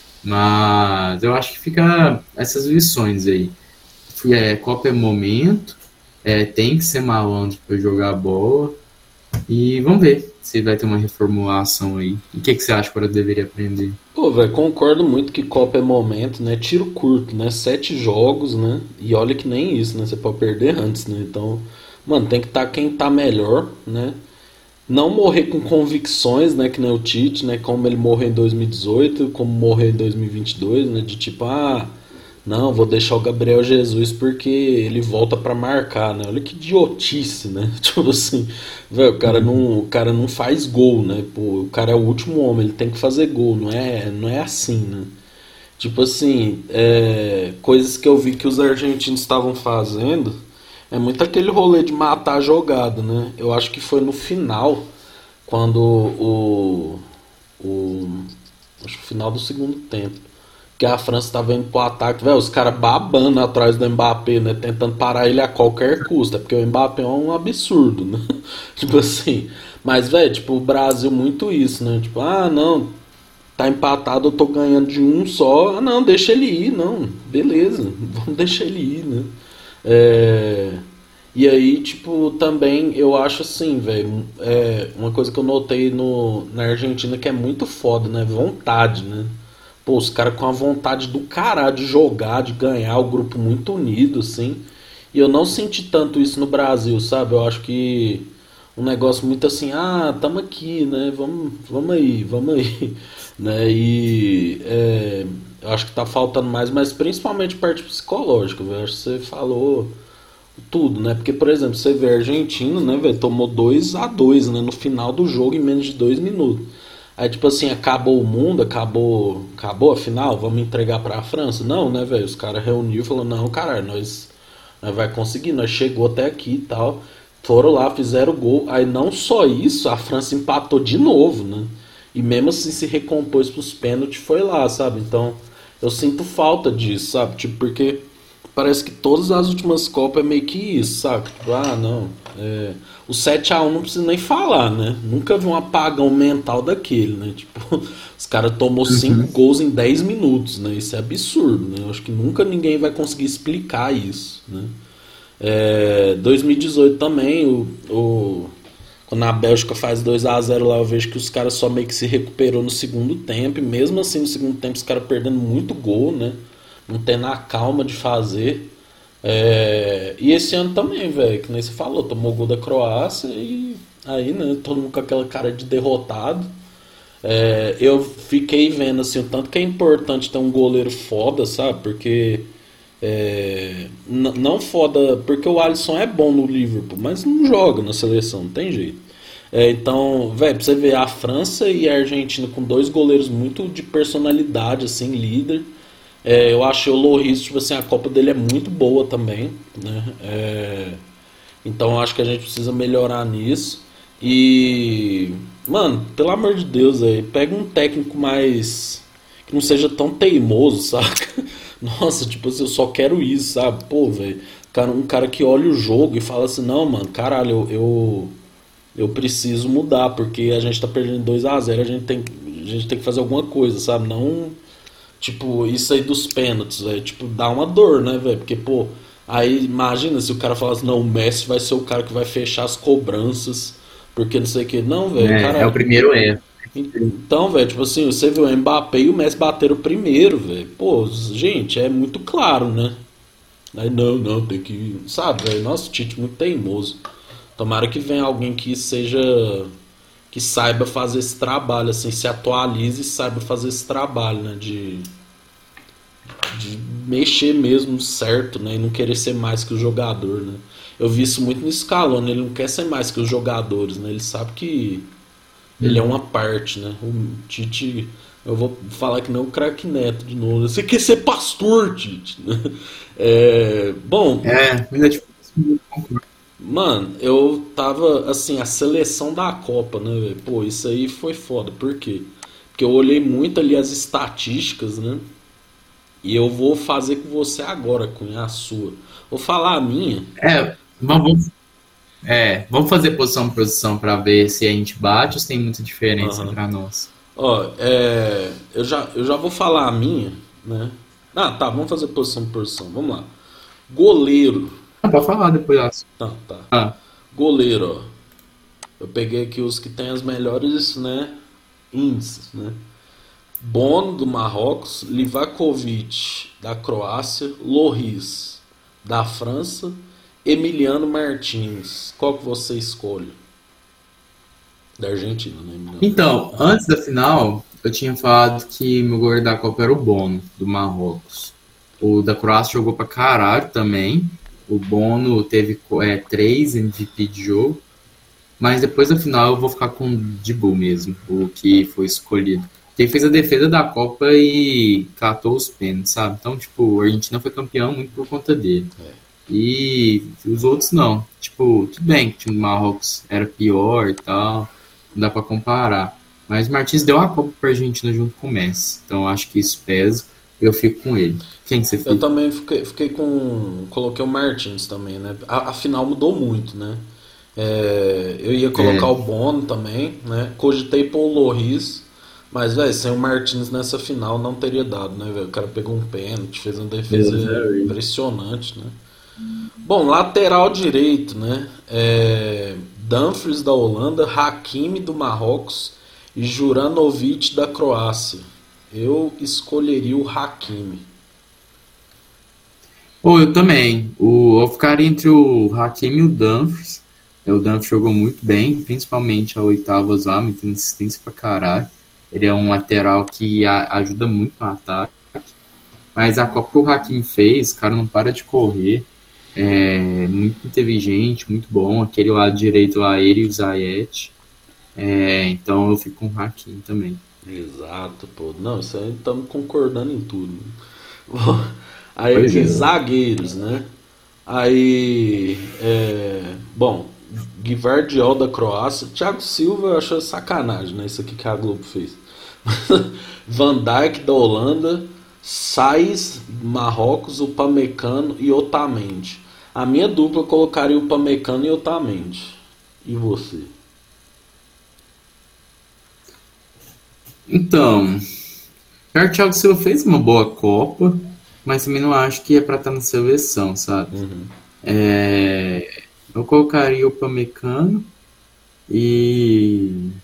Mas eu acho que fica essas lições aí. Copa é momento. Tem que ser malandro para jogar bola. E vamos ver se vai ter uma reformulação aí. E o que você acha que eu deveria aprender? Pô, velho, concordo muito que Copa é momento, né? Tiro curto, né? 7 jogos, né? E olha que nem isso, né? Você pode perder antes, né? Então, mano, tem que estar quem tá melhor, né? Não morrer com convicções, né? Que nem o Tite, né? Como ele morreu em 2018, como morreu em 2022, né? De tipo, não, vou deixar o Gabriel Jesus porque ele volta pra marcar, né? Olha que idiotice, né? Tipo assim, velho, o cara não faz gol, né? Pô, o cara é o último homem, ele tem que fazer gol, não é assim, né? Tipo assim, coisas que eu vi que os argentinos estavam fazendo, é muito aquele rolê de matar a jogada, né? Eu acho que foi no final, quando acho que no final do segundo tempo, que a França tava indo pro ataque, velho, os caras babando atrás do Mbappé, né, tentando parar ele a qualquer custo, porque o Mbappé é um absurdo, né, tipo assim, mas, velho, tipo, o Brasil muito isso, né, tipo, não, tá empatado, eu tô ganhando de um só. Ah, não, deixa ele ir, não, beleza, vamos deixar ele ir, né? E aí, tipo, também eu acho assim, velho, uma coisa que eu notei na Argentina que é muito foda, né? Vontade, né? Pô, os caras com a vontade do caralho de jogar, de ganhar, o grupo muito unido, assim. E eu não senti tanto isso no Brasil, sabe? Eu acho que um negócio muito assim, tamo aqui, né? Vamos aí, né? Eu acho que tá faltando mais, mas principalmente parte psicológica, velho. Acho que você falou tudo, né? Porque, por exemplo, você vê a Argentina, né, velho, tomou 2-2, né, no final do jogo em menos de 2 minutos. Aí, tipo assim, acabou o mundo, acabou a final, vamos entregar pra França? Não, né, velho? Os caras reuniram e falaram, não, caralho, nós vai conseguir, nós chegou até aqui e tal. Foram lá, fizeram o gol. Aí não só isso, a França empatou de novo, né? E mesmo assim se recompôs pros pênaltis, foi lá, sabe? Então, eu sinto falta disso, sabe? Tipo, porque parece que todas as últimas Copas é meio que isso, sabe? Tipo, não. O 7-1 não precisa nem falar, né? Nunca vi um apagão mental daquele, né? Tipo, os caras tomou 5 gols em 10 minutos, né? Isso é absurdo, né? Eu acho que nunca ninguém vai conseguir explicar isso, né? 2018 também, quando a Bélgica faz 2-0 lá, eu vejo que os caras só meio que se recuperou no segundo tempo, e mesmo assim no segundo tempo os caras perdendo muito gol, né? Não tendo a calma de fazer. E esse ano também, velho, que nem você falou, tomou o gol da Croácia e aí, né, todo mundo com aquela cara de derrotado. Eu fiquei vendo assim, o tanto que é importante ter um goleiro foda, sabe? Porque não foda, porque o Alisson é bom no Liverpool, mas não joga na seleção, não tem jeito. Então, velho, pra você ver a França e a Argentina com 2 goleiros muito de personalidade, assim, líder. Eu achei o Lloris, tipo assim, a Copa dele é muito boa também, né? Então eu acho que a gente precisa melhorar nisso. E, mano, pelo amor de Deus, aí, pega um técnico mais que não seja tão teimoso, saca? Nossa, tipo assim, eu só quero isso, sabe? Pô, velho, um cara que olha o jogo e fala assim, não, mano, caralho, eu preciso mudar, porque a gente tá perdendo 2-0, a gente tem que fazer alguma coisa, sabe? Não, tipo, isso aí dos pênaltis, velho, tipo, dá uma dor, né, velho? Porque, pô, aí imagina se o cara fala assim, não, o Messi vai ser o cara que vai fechar as cobranças, porque não sei o que. Não, velho, cara. É o primeiro erro. Então, velho, tipo assim, você viu o Mbappé e o Messi bateram primeiro, velho. Pô, gente, é muito claro, né? Aí não, tem que. Sabe, velho? Nossa, o Tite muito teimoso. Tomara que venha alguém que seja. Que saiba fazer esse trabalho, assim, se atualize e saiba fazer esse trabalho, né? De mexer mesmo certo, né? E não querer ser mais que o jogador, né? Eu vi isso muito no Scaloni, ele não quer ser mais que os jogadores, né? Ele sabe que ele é uma parte, né? O Tite, eu vou falar que não o craque Neto de novo. Você quer ser pastor, Tite? Bom. Ainda tipo. Mano, eu tava assim, a seleção da Copa, né, velho? Pô, isso aí foi foda. Por quê? Porque eu olhei muito ali as estatísticas, né? E eu vou fazer com você agora, Cunha, a sua. Vou falar a minha. Vamos fazer posição por posição pra ver se a gente bate ou se tem muita diferença Aham. pra nós. Ó, eu já vou falar a minha, né? Tá, vamos fazer posição por posição. Vamos lá. Goleiro. Pode falar depois, Aço. Tá. Goleiro, ó. Eu peguei aqui os que tem as melhores, né, índices, né? Bono, do Marrocos, Livakovic, da Croácia, Lloris, da França, Emiliano Martins. Qual que você escolhe? Da Argentina, né, Emiliano? Então, antes da final, eu tinha falado que meu goleiro da Copa era o Bono, do Marrocos. O da Croácia jogou pra caralho também. O Bono teve 3 MVP de jogo. Mas depois da final eu vou ficar com o Dibu mesmo, o que foi escolhido. Ele fez a defesa da Copa e catou os pênaltis, sabe? Então, tipo, a Argentina foi campeão muito por conta dele. E os outros não. Tipo, tudo bem que o time do Marrocos era pior e tal, não dá pra comparar. Mas o Martins deu a Copa pra Argentina junto com o Messi. Então acho que isso pesa. Eu fico com ele. Quem que você fica? Eu também fiquei com... Coloquei o Martins também, né? A final mudou muito, né? Eu ia colocar o Bono também, né? Cogitei pôr o Lloris, Mas, velho, sem o Martins nessa final não teria dado, né, velho? O cara pegou um pênalti, fez uma defesa impressionante, né? Bom, lateral direito, né? Dumfries da Holanda, Hakimi do Marrocos e Juranovic da Croácia. Eu escolheria o Hakimi. Pô, eu também. Eu ficaria entre o Hakimi e o Dumfries. O Dumfries jogou muito bem, principalmente a oitavas lá, metendo assistência pra caralho. Ele é um lateral que ajuda muito no ataque. Mas a Copa que o Hakimi fez, o cara não para de correr. É muito inteligente, muito bom. Aquele lado direito lá, ele e o Zayet. Então eu fico com o Hakimi também. Exato, pô. Não, isso aí estamos concordando em tudo. Aí, zagueiros, né? Aí, bom, Gvardiol da Croácia, Thiago Silva eu achei sacanagem, né? Isso aqui que a Globo fez. Van Dijk da Holanda, Saiz, Marrocos, Upamecano e Otamendi. A minha dupla colocaria o Upamecano e Otamendi. E você? Então, o Thiago Silva fez uma boa Copa, mas também não acho que é pra estar na seleção, sabe? Uhum. Eu colocaria o Upamecano e...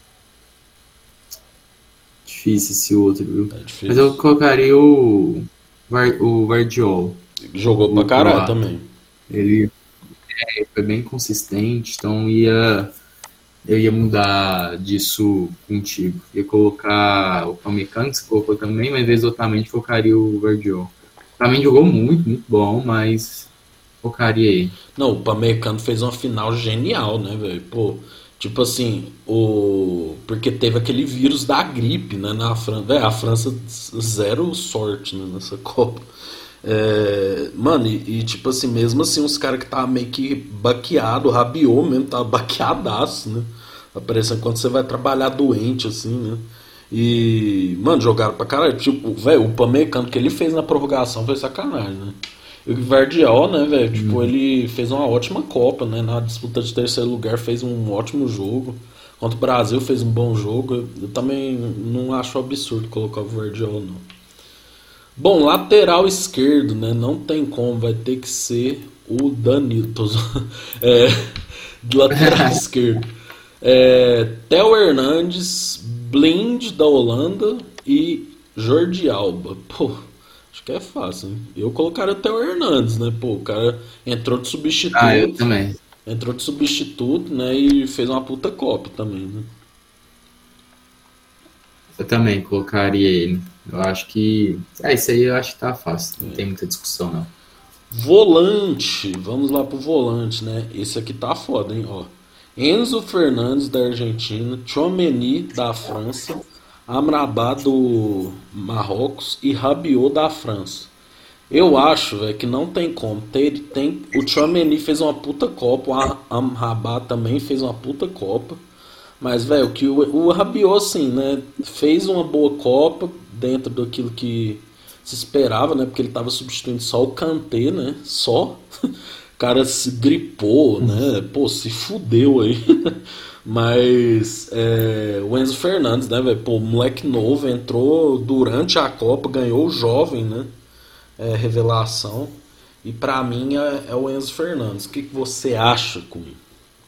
Difícil esse outro, viu? Difícil. Mas eu colocaria o Gvardiol. Jogou pra caralho também. Ele foi bem consistente, então eu ia mudar disso contigo. Ia colocar o Upamecano, que você colocou também, mas exatamente colocaria o Gvardiol. Também jogou muito, muito bom, mas colocaria ele. Não, o Upamecano fez uma final genial, né, velho? Pô, tipo assim, porque teve aquele vírus da gripe, né, na França. Véio, a França zero sorte, né, nessa Copa. Mano, e tipo assim, mesmo assim, uns caras que tava meio que baqueado, o Rabiot mesmo tava baqueadaço, né? Aparecendo quando você vai trabalhar doente, assim, né? E, mano, jogaram pra caralho. Tipo, velho, o Upamecano que ele fez na prorrogação foi sacanagem, né? E o Gvardiol, né, velho? Tipo, ele fez uma ótima Copa, né? Na disputa de terceiro lugar fez um ótimo jogo. Contra o Brasil fez um bom jogo. Eu também não acho absurdo colocar o Gvardiol, não. Bom, lateral esquerdo, né? Não tem como, vai ter que ser o Danilo. Lateral esquerdo. Theo Hernandes, Blind da Holanda e Jordi Alba. Pô, acho que é fácil, hein? Eu colocaria o Theo Hernandes, né? Pô, o cara entrou de substituto. Eu também. Entrou de substituto, né? E fez uma puta Copa também, né? Eu também colocaria ele. Eu acho que... isso aí eu acho que tá fácil. Não tem muita discussão, não. Volante. Vamos lá pro volante, né? Esse aqui tá foda, hein? Ó. Enzo Fernandes, da Argentina. Tchouaméni, da França. Amrabat, do Marrocos. E Rabiot, da França. Eu acho, velho, que não tem como. O Tchouaméni fez uma puta Copa. O Amrabat também fez uma puta Copa. Mas, velho, que o Rabiot, assim, né, fez uma boa Copa dentro daquilo que se esperava, né, porque ele tava substituindo só o Kanté, né, só. O cara se gripou, né, pô, se fudeu aí. Mas o Enzo Fernandes, né, velho, pô, moleque novo, entrou durante a Copa, ganhou o jovem, né, revelação. E pra mim é o Enzo Fernandes. O que você acha comigo?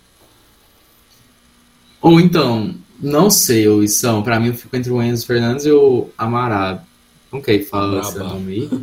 Ou então, não sei, Luizão. Pra mim eu fico entre o Enzo Fernandes e o Amrabat. Como que ele fala esse nome aí?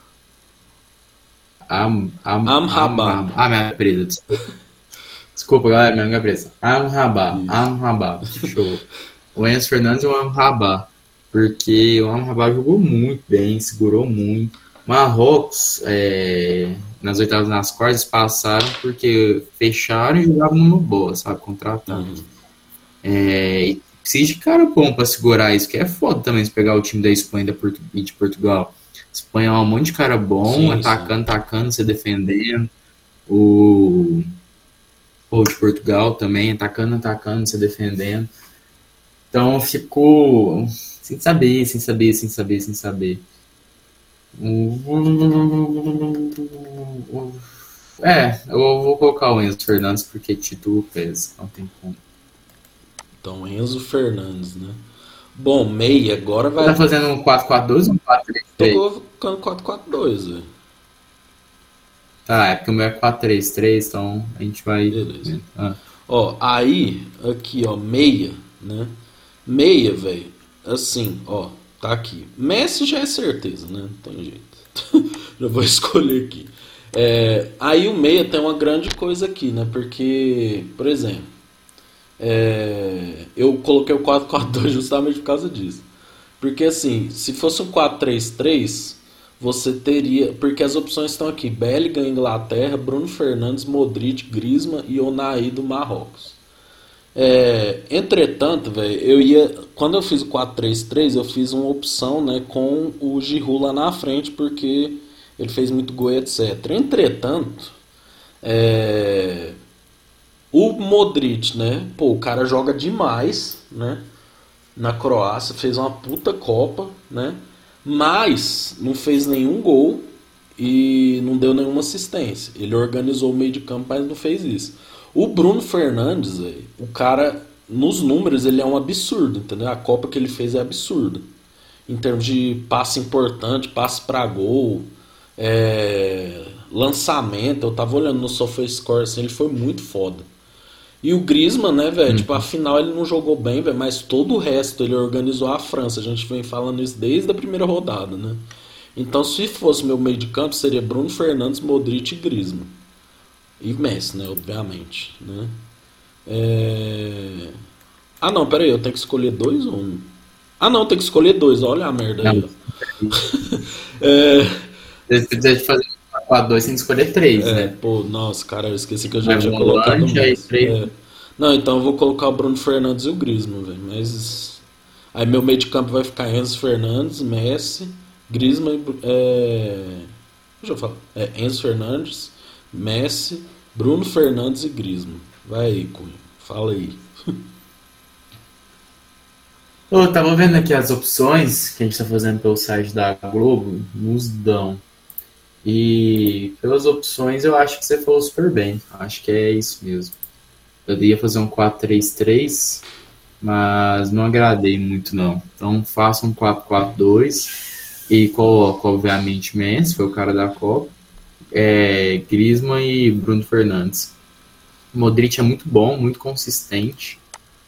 Amrabat. Minha presa. Desculpa, galera, minha presa. Amrabat. Show. O Enzo Fernandes e o Amrabat. Porque o Amrabat jogou muito bem, segurou muito. Marrocos, nas oitavas, nas quartas, passaram porque fecharam e jogavam no boa, sabe? Contratando. Precisa de cara bom pra segurar isso, que é foda também se pegar o time da Espanha e de Portugal. Espanha é um monte de cara bom, sim, atacando, se defendendo. O de Portugal também, atacando, se defendendo. Então ficou sem saber. Eu vou colocar o Enzo Fernandes porque título pesa, não tem como. Então, Enzo Fernandes, né? Bom, meia, agora Você tá vai. fazendo um 4-4-2 ou um Tô 4-3-3? colocando 4-4-2, velho. Tá, é porque o meu é 4-3-3, então a gente vai. Beleza. Ah, Ó, aí, aqui, ó, meia, né? Meia, velho, assim, ó, tá aqui. Messi já é certeza, né? Não tem jeito. Já vou escolher aqui. Aí o meia tem uma grande coisa aqui, né? Porque, por exemplo, eu coloquei o 4-4-2 justamente por causa disso. Porque assim, se fosse um 4-3-3, você teria. Porque as opções estão aqui: Bellingham, Inglaterra, Bruno Fernandes, Modric, Griezmann e Onaí do Marrocos. Entretanto, velho, eu ia. Quando eu fiz o 4-3-3, eu fiz uma opção, né, com o Giroud lá na frente, porque ele fez muito gol, e etc. Entretanto, é, o Modric, né, pô, o cara joga demais, né, na Croácia, fez uma puta Copa, né, mas não fez nenhum gol e não deu nenhuma assistência. Ele organizou o meio de campo, mas não fez isso. O Bruno Fernandes, véio, o cara, nos números, ele é um absurdo, entendeu? A Copa que ele fez é absurda. Em termos de passe importante, passe pra gol, lançamento. Eu tava olhando no SofaScore, assim, ele foi muito foda. E o Griezmann, né, velho? Tipo, afinal ele não jogou bem, velho, mas todo o resto ele organizou a França. A gente vem falando isso desde a primeira rodada, né? Então, se fosse meu meio de campo, seria Bruno Fernandes, Modric e Griezmann. E Messi, né? Obviamente, né? Ah, não, pera aí, eu tenho que escolher dois ou um? Ah, não, tem que escolher dois, olha a merda aí, não. ó. É, Se quiser fazer um 4-4-2, tem que escolher três, né? pô, nossa, cara, eu esqueci que eu já Vai tinha colocado o volante, aí Messi. três. Não, então eu vou colocar o Bruno Fernandes e o Griezmann, velho. Mas aí meu meio de campo vai ficar Enzo Fernandes, Messi, Griezmann, deixa eu falar. Enzo Fernandes, Messi, Bruno Fernandes e Griezmann. Vai aí, Cunha. Fala aí. Eu tava vendo aqui as opções que a gente tá fazendo pelo site da Globo, nos dão. E pelas opções eu acho que você falou super bem. Acho que é isso mesmo. Eu ia fazer um 4-3-3, mas não agradei muito não. Então faça um 4-4-2 e coloco, obviamente, Messi, foi o cara da Copa, Griezmann e Bruno Fernandes. O Modric é muito bom, muito consistente,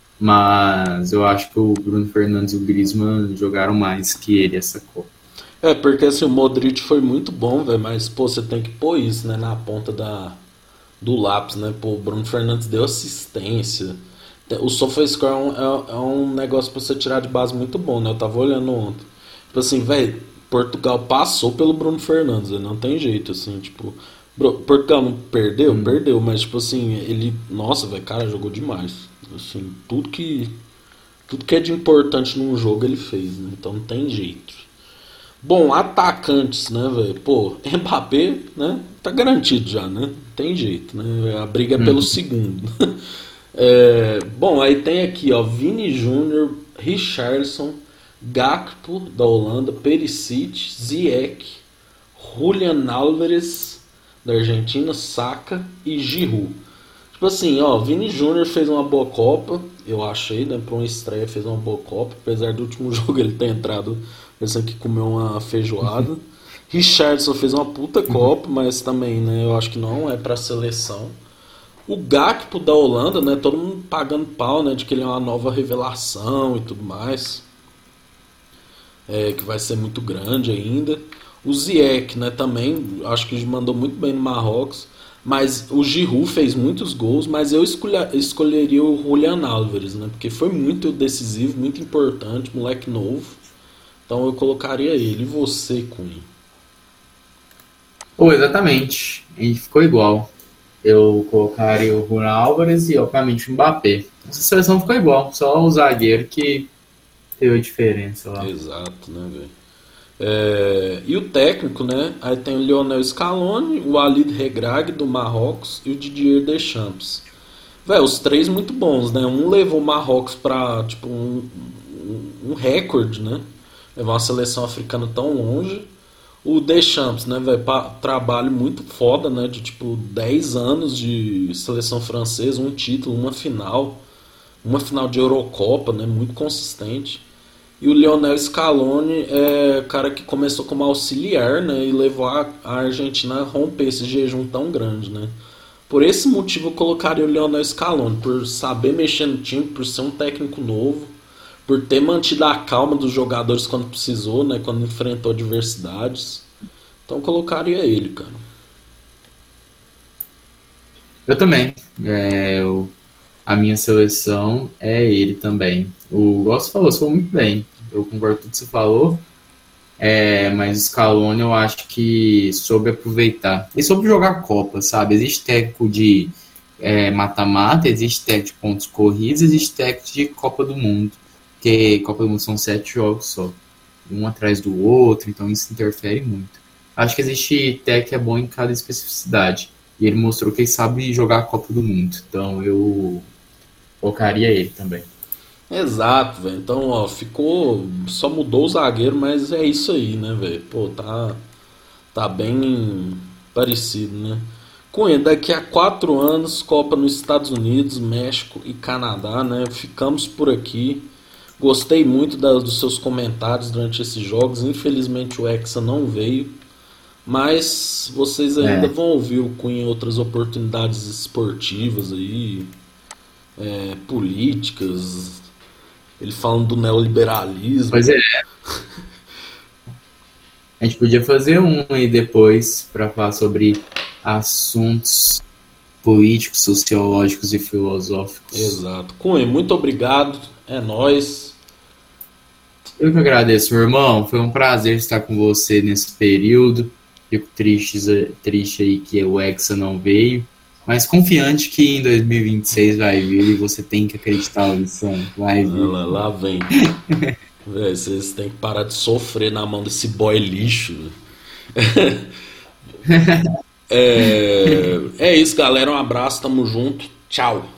mas eu acho que o Bruno Fernandes e o Griezmann jogaram mais que ele essa Copa. Porque assim, o Modric foi muito bom, velho, mas pô, você tem que pôr isso, né, na ponta do lápis, né? Pô, o Bruno Fernandes deu assistência. O SofaScore é um negócio pra você tirar de base muito bom, né? Eu tava olhando ontem. Tipo assim, velho, Portugal passou pelo Bruno Fernandes, não tem jeito, assim, tipo. Portugal não perdeu? Perdeu, mas tipo assim, ele. Nossa, velho, cara, jogou demais. Assim, tudo que é de importante num jogo ele fez, né? Então não tem jeito. Bom, atacantes, né, velho? Pô, Mbappé, né? Tá garantido já, né? Não tem jeito, né? A briga é pelo segundo. Bom, aí tem aqui, ó, Vini Júnior, Richarlison, Gakpo da Holanda, Perisic, Ziyech, Julian Álvares da Argentina, Saka e Giroud. Tipo assim, ó, Vini Júnior fez uma boa Copa, eu achei, né? Pra uma estreia fez uma boa Copa, apesar do último jogo ele ter entrado pensando que comeu uma feijoada. Richardson fez uma puta Copa, mas também, né? Eu acho que não é pra seleção. O Gakpo da Holanda, né? Todo mundo pagando pau, né? De que ele é uma nova revelação e tudo mais. Que vai ser muito grande ainda. O Ziyech, né? Também, acho que mandou muito bem no Marrocos. Mas o Giroud fez muitos gols, mas eu escolheria o Julian Álvares, né? Porque foi muito decisivo, muito importante, moleque novo. Então eu colocaria ele. E você, Cunha? Pô, exatamente. A gente ficou igual. Eu colocaria o Julian Álvares e, obviamente, o Mbappé. Essa seleção ficou igual, só o zagueiro que teve a diferença lá. Exato, né, velho? E o técnico, né? Aí tem o Lionel Scaloni, o Walid Regragui do Marrocos e o Didier Deschamps. Velho, os três muito bons, né? Um levou o Marrocos pra, tipo, um recorde, né? Levar uma seleção africana tão longe. O Deschamps, né, velho, trabalho muito foda, né? De, tipo, 10 anos de seleção francesa, um título, uma final de Eurocopa, né? Muito consistente. E o Lionel Scaloni é o cara que começou como auxiliar, né? E levou a Argentina a romper esse jejum tão grande, né? Por esse motivo eu colocaria o Lionel Scaloni, por saber mexer no time, por ser um técnico novo, por ter mantido a calma dos jogadores quando precisou, né? Quando enfrentou adversidades. Então eu colocaria ele, cara. Eu também. A minha seleção é ele também. O Gosto falou, você falou muito bem. Eu concordo com tudo que você falou. Mas o Scaloni eu acho que soube aproveitar. E soube jogar Copa, sabe? Existe técnico de mata-mata, existe técnico de pontos corridos, existe técnico de Copa do Mundo. Porque Copa do Mundo são 7 jogos só. Um atrás do outro, então isso interfere muito. Acho que existe técnico que é bom em cada especificidade. E ele mostrou que ele sabe jogar a Copa do Mundo. Então eu colocaria ele também. Exato, velho. Então, ó, ficou. Só mudou o zagueiro, mas é isso aí, né, velho? Pô, tá bem parecido, né? Com ele, daqui a 4 anos, Copa nos Estados Unidos, México e Canadá, né? Ficamos por aqui. Gostei muito dos seus comentários durante esses jogos. Infelizmente o Hexa não veio. Mas vocês ainda vão ouvir o Cunha em outras oportunidades esportivas aí, políticas, ele falando do neoliberalismo. Pois é. A gente podia fazer um aí depois para falar sobre assuntos políticos, sociológicos e filosóficos. Exato. Cunha, muito obrigado. É nóis. Eu que agradeço, meu irmão. Foi um prazer estar com você nesse período. Fico triste aí que o Hexa não veio, mas confiante que em 2026 vai vir e você tem que acreditar nisso. Vai vir. Lá vem. Véi, vocês têm que parar de sofrer na mão desse boy lixo. É isso, galera. Um abraço, tamo junto. Tchau.